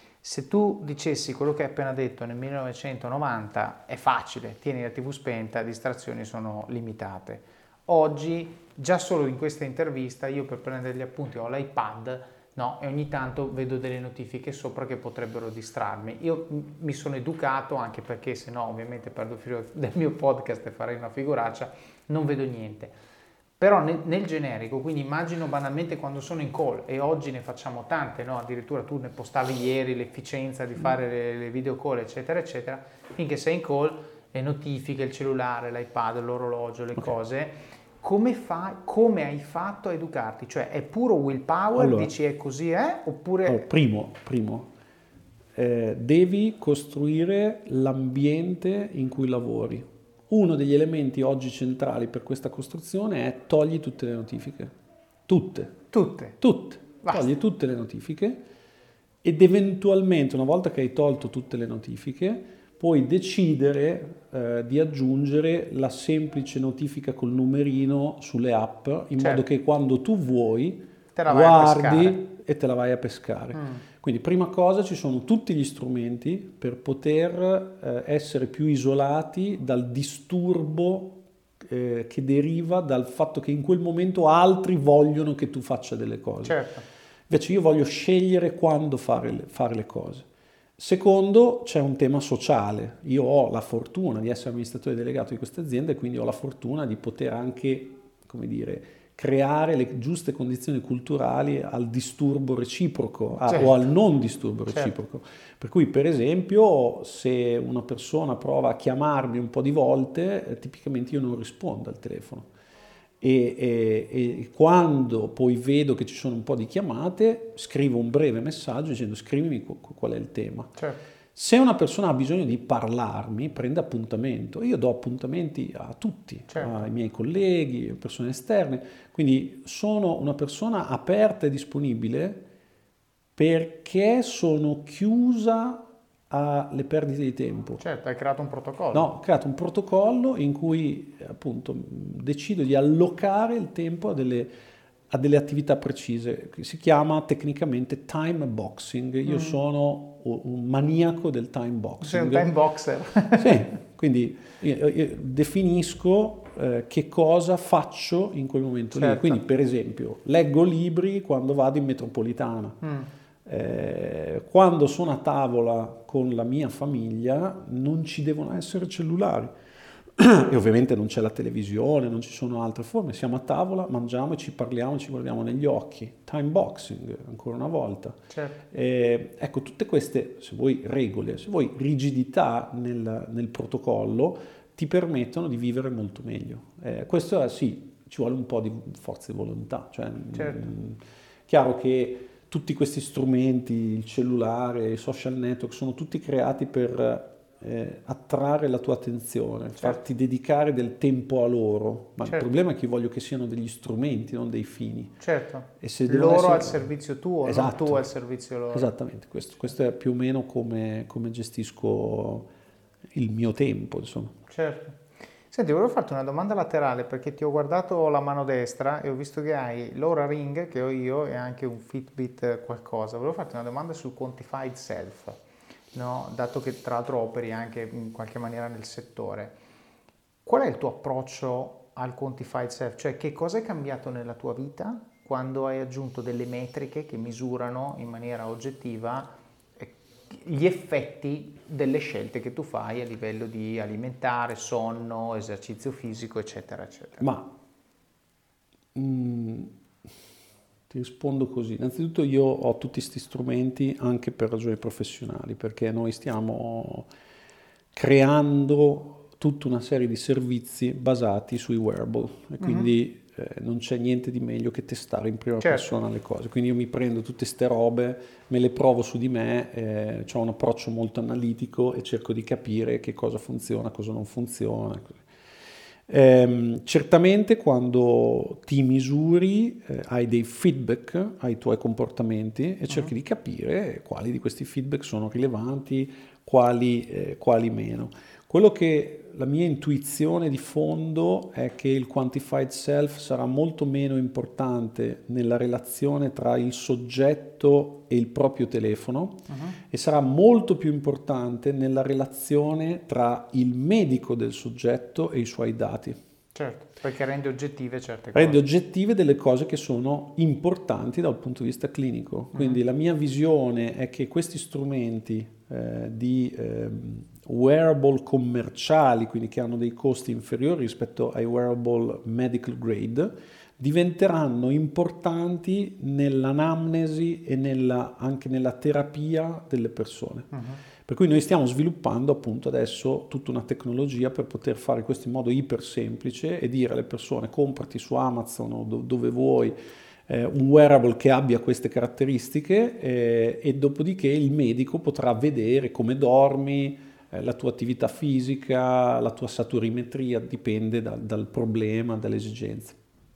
se tu dicessi quello che hai appena detto nel millenovecentonovanta è facile, tieni la tivù spenta, distrazioni sono limitate. Oggi, già solo in questa intervista, io per prendere gli appunti ho l'iPad, no, e ogni tanto vedo delle notifiche sopra che potrebbero distrarmi. Io mi sono educato, anche perché se no ovviamente perdo il filo del mio podcast e farei una figuraccia, non vedo niente. Però nel, nel generico, quindi immagino banalmente quando sono in call, e oggi ne facciamo tante, no? Addirittura tu ne postavi ieri l'efficienza di fare le, le video call, eccetera, eccetera, finché sei in call, le notifiche, il cellulare, l'iPad, l'orologio, le okay. cose... Come fai, come hai fatto a educarti? Cioè è puro willpower, allora, dici è così è, oppure... Allora, primo, primo eh, devi costruire l'ambiente in cui lavori. Uno degli elementi oggi centrali per questa costruzione è togli tutte le notifiche. Tutte. Tutte? Tutte. Basta. Togli tutte le notifiche ed eventualmente, una volta che hai tolto tutte le notifiche, puoi decidere eh, di aggiungere la semplice notifica col numerino sulle app, in certo. modo che quando tu vuoi te la guardi e te la vai a pescare. Mm. Quindi prima cosa ci sono tutti gli strumenti per poter eh, essere più isolati dal disturbo eh, che deriva dal fatto che in quel momento altri vogliono che tu faccia delle cose. Certo. Invece io voglio scegliere quando fare le, fare le cose. Secondo, c'è un tema sociale. Io ho la fortuna di essere amministratore delegato di questa azienda e quindi ho la fortuna di poter anche, come dire, creare le giuste condizioni culturali al disturbo reciproco a, certo. o al non disturbo reciproco. Certo. Per cui, per esempio, se una persona prova a chiamarmi un po' di volte, eh, tipicamente io non rispondo al telefono. E, e, e quando poi vedo che ci sono un po' di chiamate, scrivo un breve messaggio dicendo scrivimi qual è il tema. Certo. Se una persona ha bisogno di parlarmi, prende appuntamento. Io do appuntamenti a tutti, certo. ai miei colleghi, a persone esterne, quindi sono una persona aperta e disponibile perché sono chiusa alle perdite di tempo. Certo, hai creato un protocollo. No, ho creato un protocollo in cui appunto decido di allocare il tempo a delle a delle attività precise, che si chiama tecnicamente time boxing. Io mm. sono un maniaco del time boxing. Sei un time boxer. Sì, quindi io, io definisco eh, che cosa faccio in quel momento certo. lì. Quindi per esempio leggo libri quando vado in metropolitana. Mm. Eh, quando sono a tavola con la mia famiglia non ci devono essere cellulari. E ovviamente non c'è la televisione, non ci sono altre forme, siamo a tavola, mangiamo e ci parliamo, ci guardiamo negli occhi. Time boxing, ancora una volta. Certo. Eh, ecco, tutte queste, se vuoi, regole, se vuoi, rigidità nel, nel protocollo ti permettono di vivere molto meglio. Eh, questo è, sì, ci vuole un po' di forza di volontà. Cioè, certo. mh, chiaro che tutti questi strumenti, il cellulare, i social network, sono tutti creati per Eh, attrarre la tua attenzione, certo. farti dedicare del tempo a loro, ma certo. il problema è che io voglio che siano degli strumenti, non dei fini. Certo, e se loro essere... al servizio tuo, esatto. non tu al servizio loro. Esattamente, questo, questo è più o meno come, come gestisco il mio tempo, insomma. Certo. Senti, volevo farti una domanda laterale, perché ti ho guardato la mano destra e ho visto che hai l'Oura Ring, che ho io, e anche un Fitbit qualcosa. Volevo farti una domanda sul Quantified Self. No, dato che tra l'altro operi anche in qualche maniera nel settore, qual è il tuo approccio al Quantified Self? Cioè, che cosa è cambiato nella tua vita quando hai aggiunto delle metriche che misurano in maniera oggettiva gli effetti delle scelte che tu fai a livello di alimentare, sonno, esercizio fisico, eccetera, eccetera? Ma mm, ti rispondo così. Innanzitutto io ho tutti questi strumenti anche per ragioni professionali, perché noi stiamo creando tutta una serie di servizi basati sui wearable e quindi mm-hmm. eh, non c'è niente di meglio che testare in prima certo. persona le cose. Quindi io mi prendo tutte ste robe, me le provo su di me, eh, ho un approccio molto analitico e cerco di capire che cosa funziona, cosa non funziona. Così. Eh, certamente quando ti misuri eh, hai dei feedback ai tuoi comportamenti e cerchi uh-huh. di capire quali di questi feedback sono rilevanti, quali, eh, quali meno. Quello che la mia intuizione di fondo è che il Quantified Self sarà molto meno importante nella relazione tra il soggetto e il proprio telefono uh-huh. e sarà molto più importante nella relazione tra il medico del soggetto e i suoi dati. Certo, perché rende oggettive certe cose. Rende oggettive delle cose che sono importanti dal punto di vista clinico. Quindi uh-huh. la mia visione è che questi strumenti eh, di eh, wearable commerciali, quindi che hanno dei costi inferiori rispetto ai wearable medical grade, diventeranno importanti nell'anamnesi e nella, anche nella terapia delle persone. Uh-huh. Per cui noi stiamo sviluppando appunto adesso tutta una tecnologia per poter fare questo in modo iper semplice e dire alle persone: comprati su Amazon o do- dove vuoi eh, un wearable che abbia queste caratteristiche eh, e dopodiché il medico potrà vedere come dormi, eh, la tua attività fisica, la tua saturimetria, dipende da, dal problema, dalle esigenze.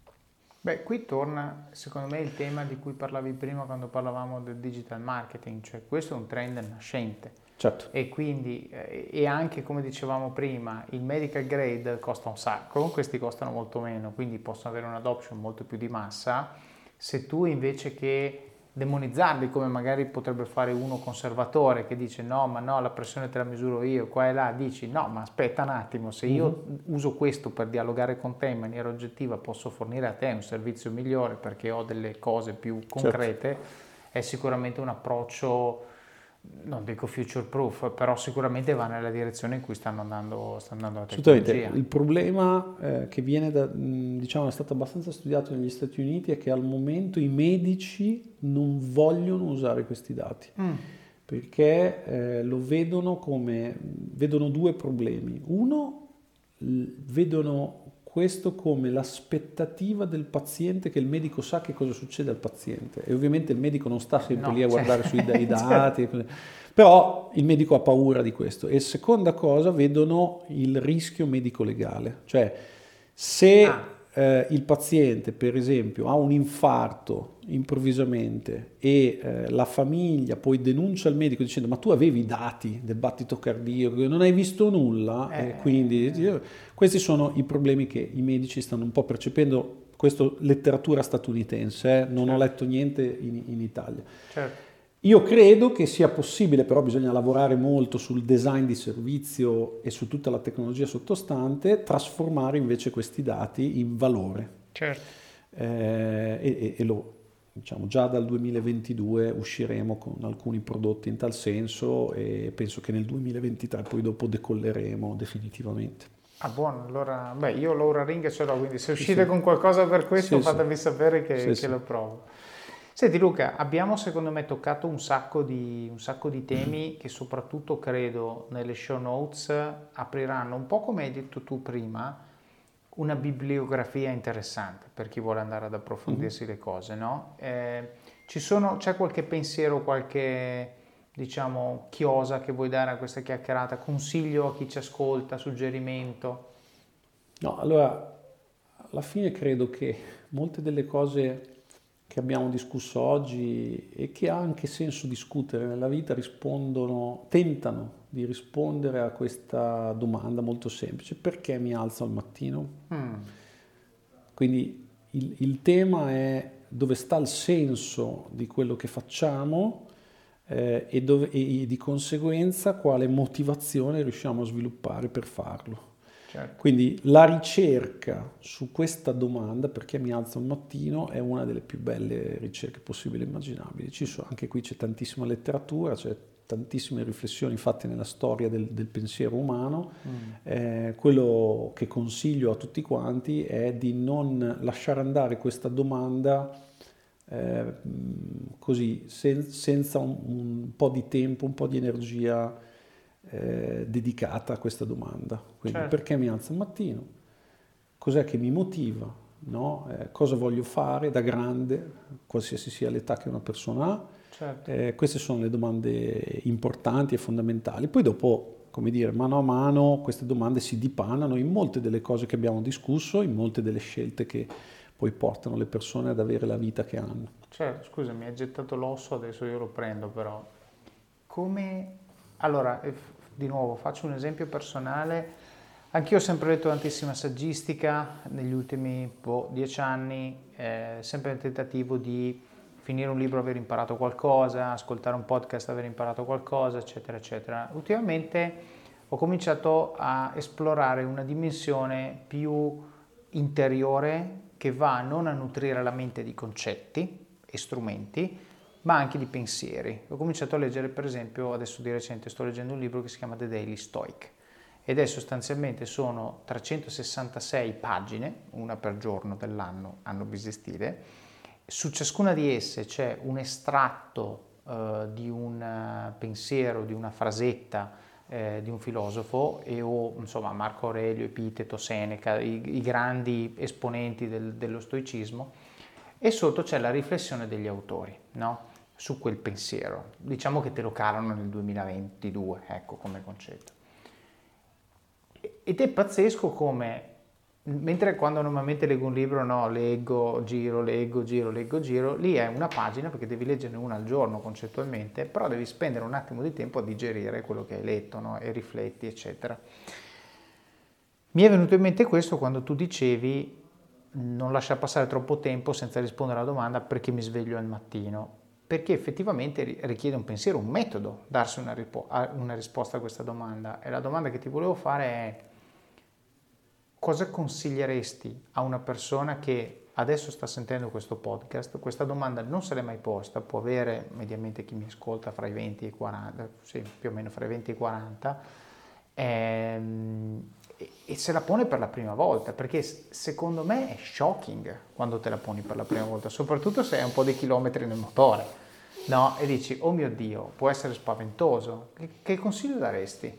Beh, qui torna secondo me il tema di cui parlavi prima quando parlavamo del digital marketing, cioè questo è un trend nascente. Certo. E quindi, eh, e anche come dicevamo prima, il medical grade costa un sacco, questi costano molto meno, quindi possono avere un'adoption molto più di massa. Se tu invece che demonizzarli come magari potrebbe fare uno conservatore che dice no ma no la pressione te la misuro io qua e là, dici no ma aspetta un attimo, se io mm-hmm. uso questo per dialogare con te in maniera oggettiva posso fornire a te un servizio migliore perché ho delle cose più concrete, certo. È sicuramente un approccio, non dico future proof, però sicuramente va nella direzione in cui stanno andando, sta andando la tecnologia. Il problema eh, che viene da, diciamo, è stato abbastanza studiato negli Stati Uniti è che al momento i medici non vogliono usare questi dati mm. perché eh, lo vedono come, vedono due problemi. Uno, l- vedono questo come l'aspettativa del paziente, che il medico sa che cosa succede al paziente e ovviamente il medico non sta sempre no, lì a guardare cioè, sui i dati, certo. Però il medico ha paura di questo. E seconda cosa, vedono il rischio medico-legale, cioè se ah. eh, il paziente, per esempio, ha un infarto improvvisamente e eh, la famiglia poi denuncia il medico dicendo ma tu avevi i dati del battito cardiaco, non hai visto nulla, Eh, e quindi eh, questi sono i problemi che i medici stanno un po' percependo, questo letteratura statunitense, eh? non certo. ho letto niente in, in Italia. Certo. Io credo che sia possibile, però bisogna lavorare molto sul design di servizio e su tutta la tecnologia sottostante, trasformare invece questi dati in valore. Certo. Eh, e, e lo, diciamo, già dal duemilaventidue usciremo con alcuni prodotti in tal senso e penso che nel duemilaventitré poi dopo decolleremo definitivamente. Ah, buono, allora, beh, io l'Oura Ring ce l'ho, quindi se uscite sì, sì. con qualcosa per questo Sì, fatemi sì. sapere che, Sì, che sì. lo provo. Senti Luca, abbiamo secondo me toccato un sacco di, un sacco di temi che soprattutto credo nelle show notes apriranno, un po' come hai detto tu prima, una bibliografia interessante per chi vuole andare ad approfondirsi mm-hmm. le cose, no? Eh, ci sono, c'è qualche pensiero, qualche diciamo chiosa che vuoi dare a questa chiacchierata, consiglio a chi ci ascolta, suggerimento? No, allora, alla fine credo che molte delle cose che abbiamo discusso oggi e che ha anche senso discutere nella vita rispondono, tentano di rispondere a questa domanda molto semplice: perché mi alzo al mattino? Mm. Quindi il, il tema è dove sta il senso di quello che facciamo eh, e, dove, e di conseguenza quale motivazione riusciamo a sviluppare per farlo. Certo. Quindi la ricerca su questa domanda, perché mi alzo al mattino, è una delle più belle ricerche possibili e immaginabili. Ci sono, anche qui c'è tantissima letteratura, c'è tantissime riflessioni fatte nella storia del, del pensiero umano. Mm. Eh, quello che consiglio a tutti quanti è di non lasciare andare questa domanda eh, così, sen- senza un, un po' di tempo, un po' di energia Eh, dedicata a questa domanda. Quindi certo. Perché mi alzo al mattino? Cos'è che mi motiva? No? Eh, cosa voglio fare da grande, qualsiasi sia l'età che una persona ha? Certo. Eh, queste sono le domande importanti e fondamentali. Poi dopo, come dire, mano a mano queste domande si dipanano in molte delle cose che abbiamo discusso, in molte delle scelte che poi portano le persone ad avere la vita che hanno. Certo, scusa, mi hai gettato l'osso, adesso io lo prendo però. Come... Allora, di nuovo, faccio un esempio personale. Anch'io ho sempre letto tantissima saggistica negli ultimi boh, dieci anni, eh, sempre nel tentativo di finire un libro, aver imparato qualcosa, ascoltare un podcast, aver imparato qualcosa, eccetera, eccetera. Ultimamente ho cominciato a esplorare una dimensione più interiore che va non a nutrire la mente di concetti e strumenti, ma anche di pensieri. Ho cominciato a leggere, per esempio, adesso di recente sto leggendo un libro che si chiama The Daily Stoic ed è sostanzialmente sono trecentosessantasei pagine, una per giorno dell'anno, anno bisestile. Su ciascuna di esse c'è un estratto eh, di un pensiero, di una frasetta eh, di un filosofo e o insomma Marco Aurelio, Epiteto, Seneca, i, i grandi esponenti del, dello stoicismo, e sotto c'è la riflessione degli autori, no? Su quel pensiero. Diciamo che te lo calano nel duemilaventidue, ecco, come concetto. Ed è pazzesco come, mentre quando normalmente leggo un libro, no, leggo, giro, leggo, giro, leggo, giro, lì è una pagina perché devi leggerne una al giorno concettualmente, però devi spendere un attimo di tempo a digerire quello che hai letto, no? E rifletti, eccetera. Mi è venuto in mente questo quando tu dicevi non lasciare passare troppo tempo senza rispondere alla domanda perché mi sveglio al mattino, perché effettivamente richiede un pensiero, un metodo, darsi una, ripo- una risposta a questa domanda. E la domanda che ti volevo fare è: cosa consiglieresti a una persona che adesso sta sentendo questo podcast? Questa domanda non se l'è mai posta, può avere mediamente chi mi ascolta fra i venti e i quaranta, sì, più o meno fra i venti e i quaranta, ehm, e se la pone per la prima volta, perché secondo me è shocking quando te la poni per la prima volta, soprattutto se hai un po' di chilometri nel motore, no? E dici, oh mio Dio, può essere spaventoso. Che, che consiglio daresti?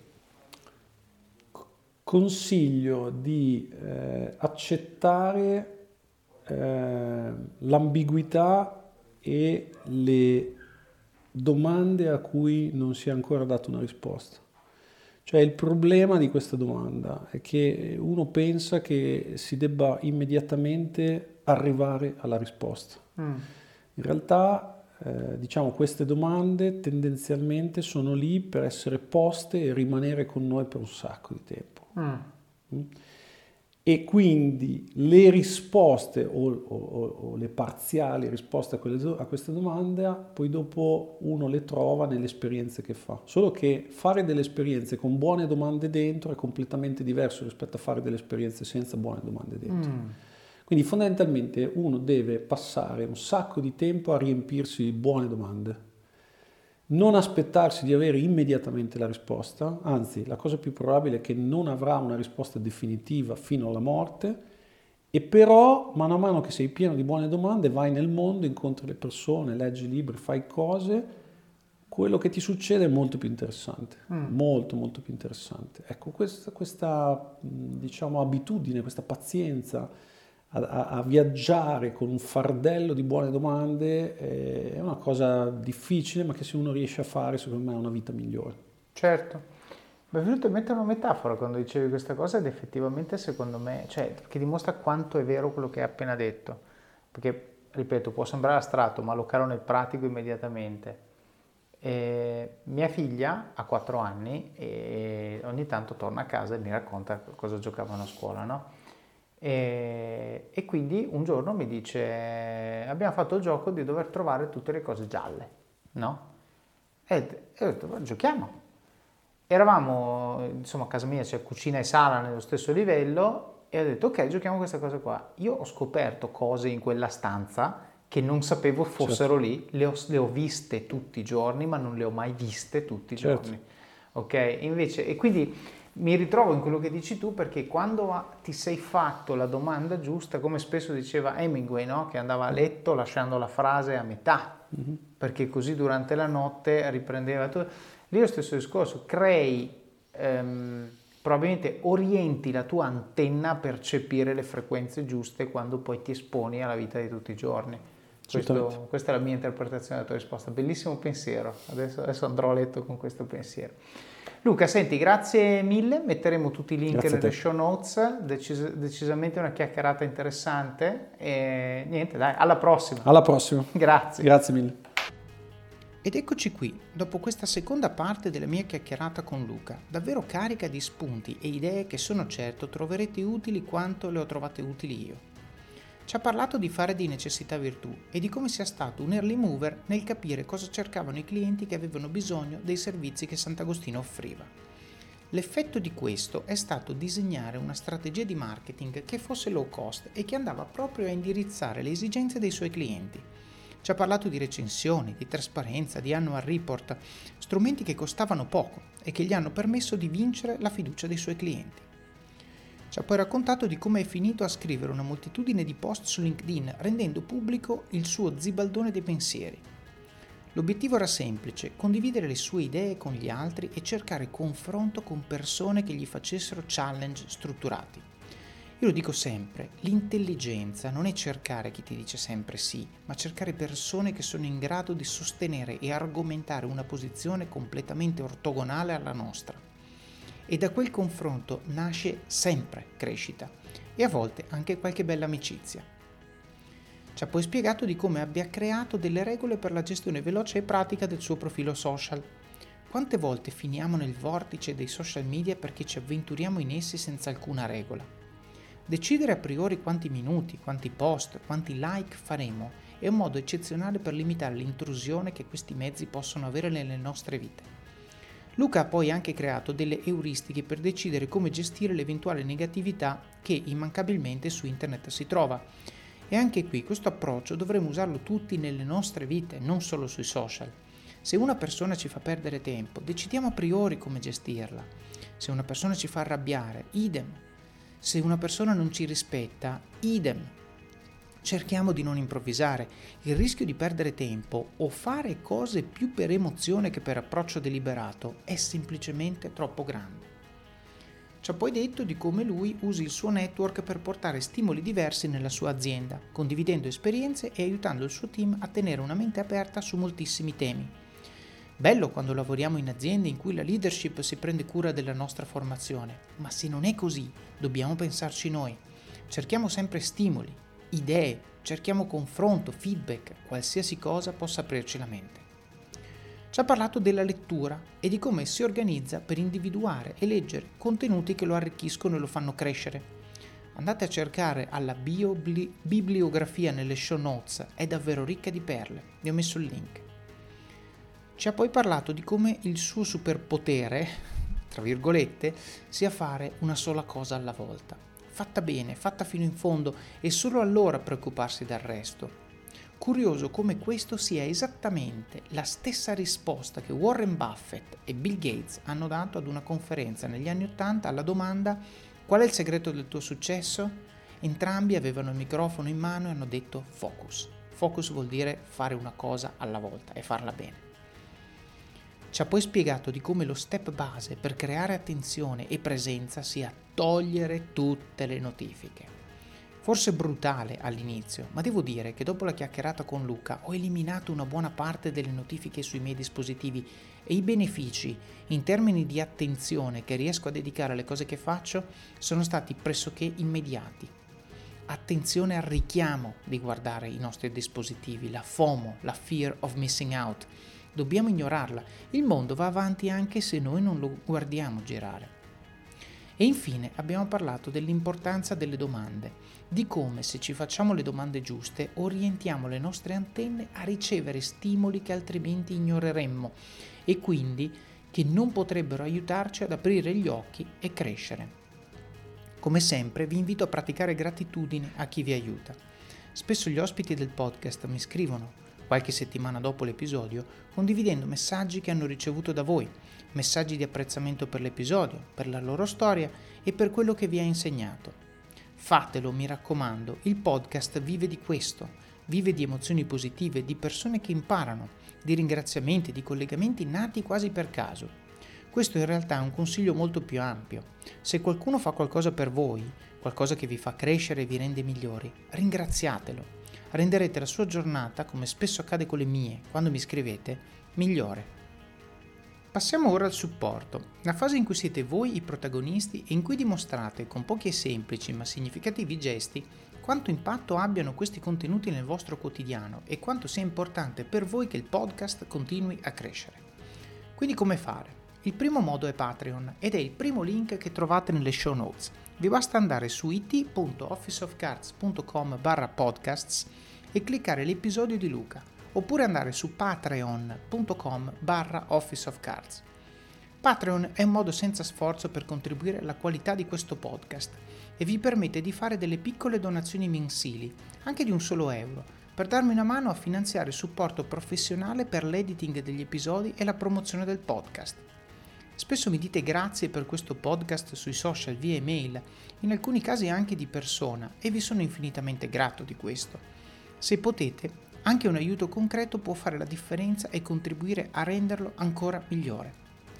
Consiglio di eh, accettare eh, l'ambiguità e le domande a cui non si è ancora dato una risposta. Cioè il problema di questa domanda è che uno pensa che si debba immediatamente arrivare alla risposta. Mm. In realtà, eh, diciamo, queste domande tendenzialmente sono lì per essere poste e rimanere con noi per un sacco di tempo. Mm. Mm. E quindi le risposte o, o, o le parziali risposte a, quelle, a questa domanda poi dopo uno le trova nelle esperienze che fa. Solo che fare delle esperienze con buone domande dentro è completamente diverso rispetto a fare delle esperienze senza buone domande dentro. Mm. Quindi fondamentalmente uno deve passare un sacco di tempo a riempirsi di buone domande. Non aspettarsi di avere immediatamente la risposta, anzi la cosa più probabile è che non avrà una risposta definitiva fino alla morte, e però mano a mano che sei pieno di buone domande vai nel mondo, incontri le persone, leggi libri, fai cose, quello che ti succede è molto più interessante, mm. molto molto più interessante. Ecco, questa, questa diciamo abitudine, questa pazienza A, a viaggiare con un fardello di buone domande è una cosa difficile, ma che se uno riesce a fare, secondo me, ha una vita migliore. Certo. Mi è venuto in mente una metafora quando dicevi questa cosa ed effettivamente secondo me, cioè, che dimostra quanto è vero quello che hai appena detto. Perché, ripeto, può sembrare astratto, ma lo calo nel pratico immediatamente. E mia figlia ha quattro anni e ogni tanto torna a casa e mi racconta cosa giocavano a scuola, no? E, e quindi un giorno mi dice: abbiamo fatto il gioco di dover trovare tutte le cose gialle, no? E, e ho detto: giochiamo. Eravamo, insomma, a casa mia c'è cucina e sala nello stesso livello e ho detto: ok, giochiamo questa cosa qua. Io ho scoperto cose in quella stanza che non sapevo fossero, certo, lì, le ho, le ho viste tutti i giorni, ma non le ho mai viste tutti i, certo, giorni. Ok? Invece, e quindi mi ritrovo in quello che dici tu, perché quando ti sei fatto la domanda giusta, come spesso diceva Hemingway, no? Che andava a letto lasciando la frase a metà, mm-hmm, perché così durante la notte riprendeva tutto. Lì è lo stesso discorso, crei, ehm, probabilmente orienti la tua antenna a percepire le frequenze giuste quando poi ti esponi alla vita di tutti i giorni. Questo, questa è la mia interpretazione della tua risposta. Bellissimo pensiero, adesso, adesso andrò a letto con questo pensiero. Luca, senti, grazie mille, metteremo tutti i link nelle show notes, Decis- decisamente una chiacchierata interessante e niente, dai, alla prossima. Alla prossima. Grazie. Grazie mille. Ed eccoci qui, dopo questa seconda parte della mia chiacchierata con Luca, davvero carica di spunti e idee che sono certo troverete utili quanto le ho trovate utili io. Ci ha parlato di fare di necessità virtù e di come sia stato un early mover nel capire cosa cercavano i clienti che avevano bisogno dei servizi che Sant'Agostino offriva. L'effetto di questo è stato disegnare una strategia di marketing che fosse low cost e che andava proprio a indirizzare le esigenze dei suoi clienti. Ci ha parlato di recensioni, di trasparenza, di annual report, strumenti che costavano poco e che gli hanno permesso di vincere la fiducia dei suoi clienti. Ci ha poi raccontato di come è finito a scrivere una moltitudine di post su LinkedIn, rendendo pubblico il suo zibaldone dei pensieri. L'obiettivo era semplice: condividere le sue idee con gli altri e cercare confronto con persone che gli facessero challenge strutturati. Io lo dico sempre, l'intelligenza non è cercare chi ti dice sempre sì, ma cercare persone che sono in grado di sostenere e argomentare una posizione completamente ortogonale alla nostra. E da quel confronto nasce sempre crescita e a volte anche qualche bella amicizia. Ci ha poi spiegato di come abbia creato delle regole per la gestione veloce e pratica del suo profilo social. Quante volte finiamo nel vortice dei social media perché ci avventuriamo in essi senza alcuna regola? Decidere a priori quanti minuti, quanti post, quanti like faremo è un modo eccezionale per limitare l'intrusione che questi mezzi possono avere nelle nostre vite. Luca ha poi anche creato delle euristiche per decidere come gestire l'eventuale negatività che immancabilmente su internet si trova. E anche qui questo approccio dovremmo usarlo tutti nelle nostre vite, non solo sui social. Se una persona ci fa perdere tempo, decidiamo a priori come gestirla. Se una persona ci fa arrabbiare, idem. Se una persona non ci rispetta, idem. Cerchiamo di non improvvisare. Il rischio di perdere tempo o fare cose più per emozione che per approccio deliberato è semplicemente troppo grande. Ci ha poi detto di come lui usi il suo network per portare stimoli diversi nella sua azienda, condividendo esperienze e aiutando il suo team a tenere una mente aperta su moltissimi temi. Bello quando lavoriamo in aziende in cui la leadership si prende cura della nostra formazione, ma se non è così, dobbiamo pensarci noi. Cerchiamo sempre stimoli, idee, cerchiamo confronto, feedback, qualsiasi cosa possa aprirci la mente. Ci ha parlato della lettura e di come si organizza per individuare e leggere contenuti che lo arricchiscono e lo fanno crescere. Andate a cercare alla bio, bibliografia nelle show notes, è davvero ricca di perle, vi ho messo il link. Ci ha poi parlato di come il suo superpotere, tra virgolette, sia fare una sola cosa alla volta, fatta bene, fatta fino in fondo e solo allora preoccuparsi del resto. Curioso come questo sia esattamente la stessa risposta che Warren Buffett e Bill Gates hanno dato ad una conferenza negli anni Ottanta alla domanda «Qual è il segreto del tuo successo?» Entrambi avevano il microfono in mano e hanno detto focus. Focus vuol dire fare una cosa alla volta e farla bene. Ci ha poi spiegato di come lo step base per creare attenzione e presenza sia togliere tutte le notifiche. Forse brutale all'inizio, ma devo dire che dopo la chiacchierata con Luca ho eliminato una buona parte delle notifiche sui miei dispositivi e i benefici in termini di attenzione che riesco a dedicare alle cose che faccio sono stati pressoché immediati. Attenzione al richiamo di guardare i nostri dispositivi, la FOMO, la fear of missing out. Dobbiamo ignorarla, il mondo va avanti anche se noi non lo guardiamo girare. E infine abbiamo parlato dell'importanza delle domande, di come se ci facciamo le domande giuste orientiamo le nostre antenne a ricevere stimoli che altrimenti ignoreremmo e quindi che non potrebbero aiutarci ad aprire gli occhi e crescere. Come sempre vi invito a praticare gratitudine a chi vi aiuta. Spesso gli ospiti del podcast mi scrivono qualche settimana dopo l'episodio, condividendo messaggi che hanno ricevuto da voi, messaggi di apprezzamento per l'episodio, per la loro storia e per quello che vi ha insegnato. Fatelo, mi raccomando, il podcast vive di questo, vive di emozioni positive, di persone che imparano, di ringraziamenti, di collegamenti nati quasi per caso. Questo in realtà è un consiglio molto più ampio. Se qualcuno fa qualcosa per voi, qualcosa che vi fa crescere e vi rende migliori, ringraziatelo. Renderete la sua giornata, come spesso accade con le mie, quando mi scrivete, migliore. Passiamo ora al supporto, la fase in cui siete voi i protagonisti e in cui dimostrate con pochi e semplici ma significativi gesti quanto impatto abbiano questi contenuti nel vostro quotidiano e quanto sia importante per voi che il podcast continui a crescere. Quindi come fare? Il primo modo è Patreon ed è il primo link che trovate nelle show notes. Vi basta andare su it punto officeofcards punto com barra podcasts e cliccare l'episodio di Luca, oppure andare su patreon punto com barra officeofcards. Patreon è un modo senza sforzo per contribuire alla qualità di questo podcast e vi permette di fare delle piccole donazioni mensili, anche di un solo euro, per darmi una mano a finanziare il supporto professionale per l'editing degli episodi e la promozione del podcast. Spesso mi dite grazie per questo podcast sui social via email, in alcuni casi anche di persona, e vi sono infinitamente grato di questo. Se potete, anche un aiuto concreto può fare la differenza e contribuire a renderlo ancora migliore.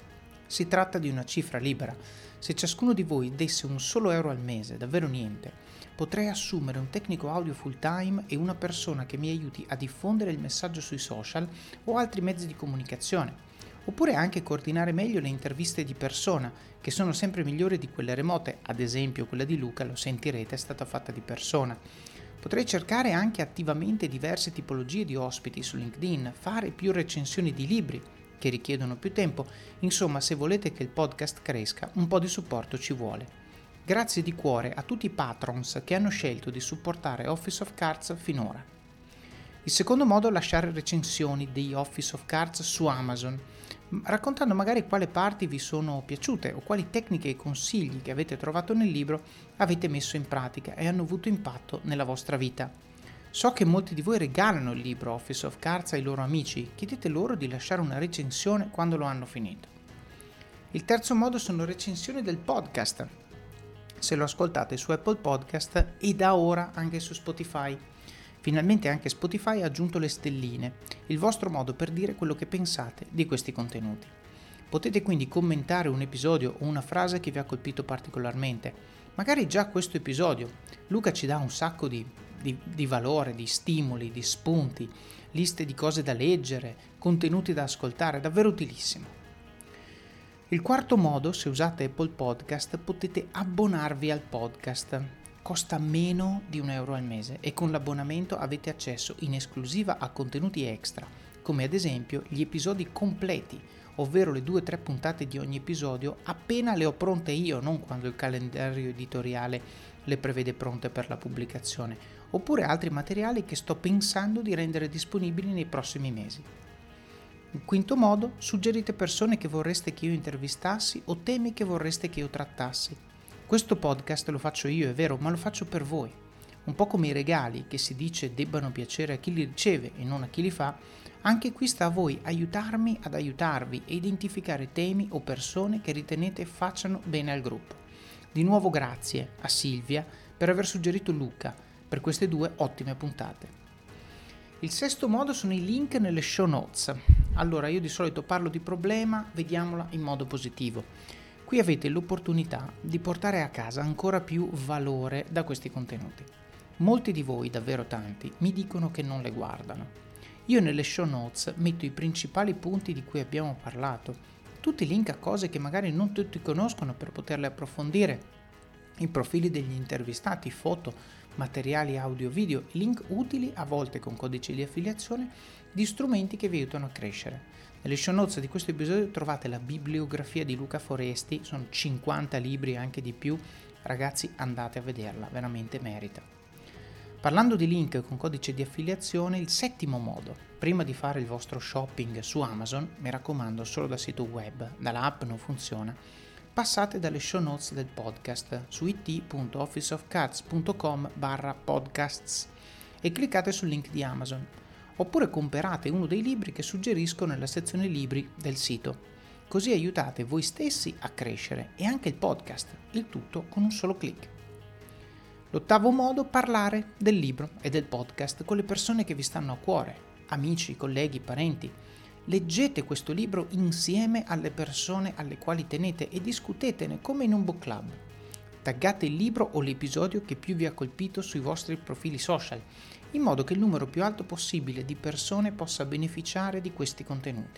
Si tratta di una cifra libera. Se ciascuno di voi desse un solo euro al mese, davvero niente, potrei assumere un tecnico audio full time e una persona che mi aiuti a diffondere il messaggio sui social o altri mezzi di comunicazione. Oppure anche coordinare meglio le interviste di persona, che sono sempre migliori di quelle remote, ad esempio quella di Luca, lo sentirete, è stata fatta di persona. Potrei cercare anche attivamente diverse tipologie di ospiti su LinkedIn, fare più recensioni di libri, che richiedono più tempo, insomma se volete che il podcast cresca, un po' di supporto ci vuole. Grazie di cuore a tutti i patrons che hanno scelto di supportare Office of Cards finora. Il secondo modo è lasciare recensioni di Office of Cards su Amazon, raccontando magari quali parti vi sono piaciute o quali tecniche e consigli che avete trovato nel libro avete messo in pratica e hanno avuto impatto nella vostra vita. So che molti di voi regalano il libro Office of Cards ai loro amici, chiedete loro di lasciare una recensione quando lo hanno finito. Il terzo modo sono recensioni del podcast, se lo ascoltate su Apple Podcast e da ora anche su Spotify. Finalmente anche Spotify ha aggiunto le stelline, il vostro modo per dire quello che pensate di questi contenuti. Potete quindi commentare un episodio o una frase che vi ha colpito particolarmente, magari già questo episodio. Luca ci dà un sacco di, di, di valore, di stimoli, di spunti, liste di cose da leggere, contenuti da ascoltare, davvero utilissimo. Il quarto modo, se usate Apple Podcast, potete abbonarvi al podcast. Costa meno di un euro al mese e con l'abbonamento avete accesso in esclusiva a contenuti extra, come ad esempio gli episodi completi, ovvero le due o tre puntate di ogni episodio appena le ho pronte io, non quando il calendario editoriale le prevede pronte per la pubblicazione, oppure altri materiali che sto pensando di rendere disponibili nei prossimi mesi. Il quinto modo, suggerite persone che vorreste che io intervistassi o temi che vorreste che io trattassi. Questo podcast lo faccio io, è vero, ma lo faccio per voi. Un po' come i regali che si dice debbano piacere a chi li riceve e non a chi li fa, anche qui sta a voi aiutarmi ad aiutarvi e identificare temi o persone che ritenete facciano bene al gruppo. Di nuovo grazie a Silvia per aver suggerito Luca per queste due ottime puntate. Il sesto modo sono i link nelle show notes. Allora, io di solito parlo di problema, vediamola in modo positivo. Qui avete l'opportunità di portare a casa ancora più valore da questi contenuti. Molti di voi, davvero tanti, mi dicono che non le guardano. Io nelle show notes metto i principali punti di cui abbiamo parlato, tutti i link a cose che magari non tutti conoscono per poterle approfondire, i profili degli intervistati, foto, materiali audio video, link utili, a volte con codici di affiliazione, di strumenti che vi aiutano a crescere. Nelle show notes di questo episodio trovate la bibliografia di Luca Foresti, sono cinquanta libri e anche di più, ragazzi andate a vederla, veramente merita. Parlando di link con codice di affiliazione, il settimo modo, prima di fare il vostro shopping su Amazon, mi raccomando solo dal sito web, dalla app non funziona, passate dalle show notes del podcast su it punto officeofcards punto com barra podcasts e cliccate sul link di Amazon. Oppure comprate uno dei libri che suggerisco nella sezione libri del sito. Così aiutate voi stessi a crescere e anche il podcast, il tutto con un solo clic. L'ottavo modo, parlare del libro e del podcast con le persone che vi stanno a cuore, amici, colleghi, parenti. Leggete questo libro insieme alle persone alle quali tenete e discutetene come in un book club. Taggate il libro o l'episodio che più vi ha colpito sui vostri profili social, in modo che il numero più alto possibile di persone possa beneficiare di questi contenuti.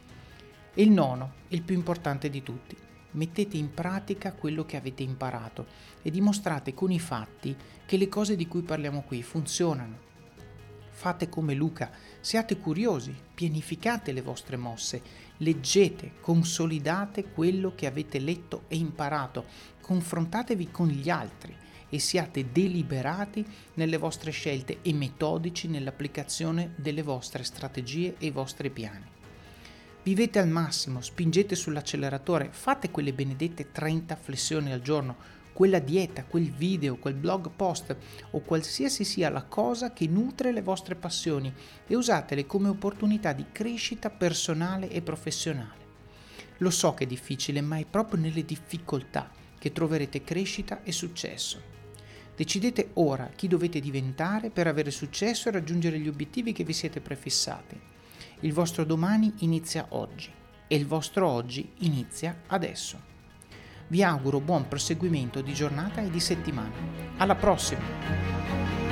E il nono, il più importante di tutti, mettete in pratica quello che avete imparato e dimostrate con i fatti che le cose di cui parliamo qui funzionano. Fate come Luca, siate curiosi, pianificate le vostre mosse, leggete, consolidate quello che avete letto e imparato, confrontatevi con gli altri e siate deliberati nelle vostre scelte e metodici nell'applicazione delle vostre strategie e i vostri piani. Vivete al massimo, spingete sull'acceleratore, fate quelle benedette trenta flessioni al giorno, quella dieta, quel video, quel blog post o qualsiasi sia la cosa che nutre le vostre passioni e usatele come opportunità di crescita personale e professionale. Lo so che è difficile, ma è proprio nelle difficoltà che troverete crescita e successo. Decidete ora chi dovete diventare per avere successo e raggiungere gli obiettivi che vi siete prefissati. Il vostro domani inizia oggi e il vostro oggi inizia adesso. Vi auguro buon proseguimento di giornata e di settimana. Alla prossima!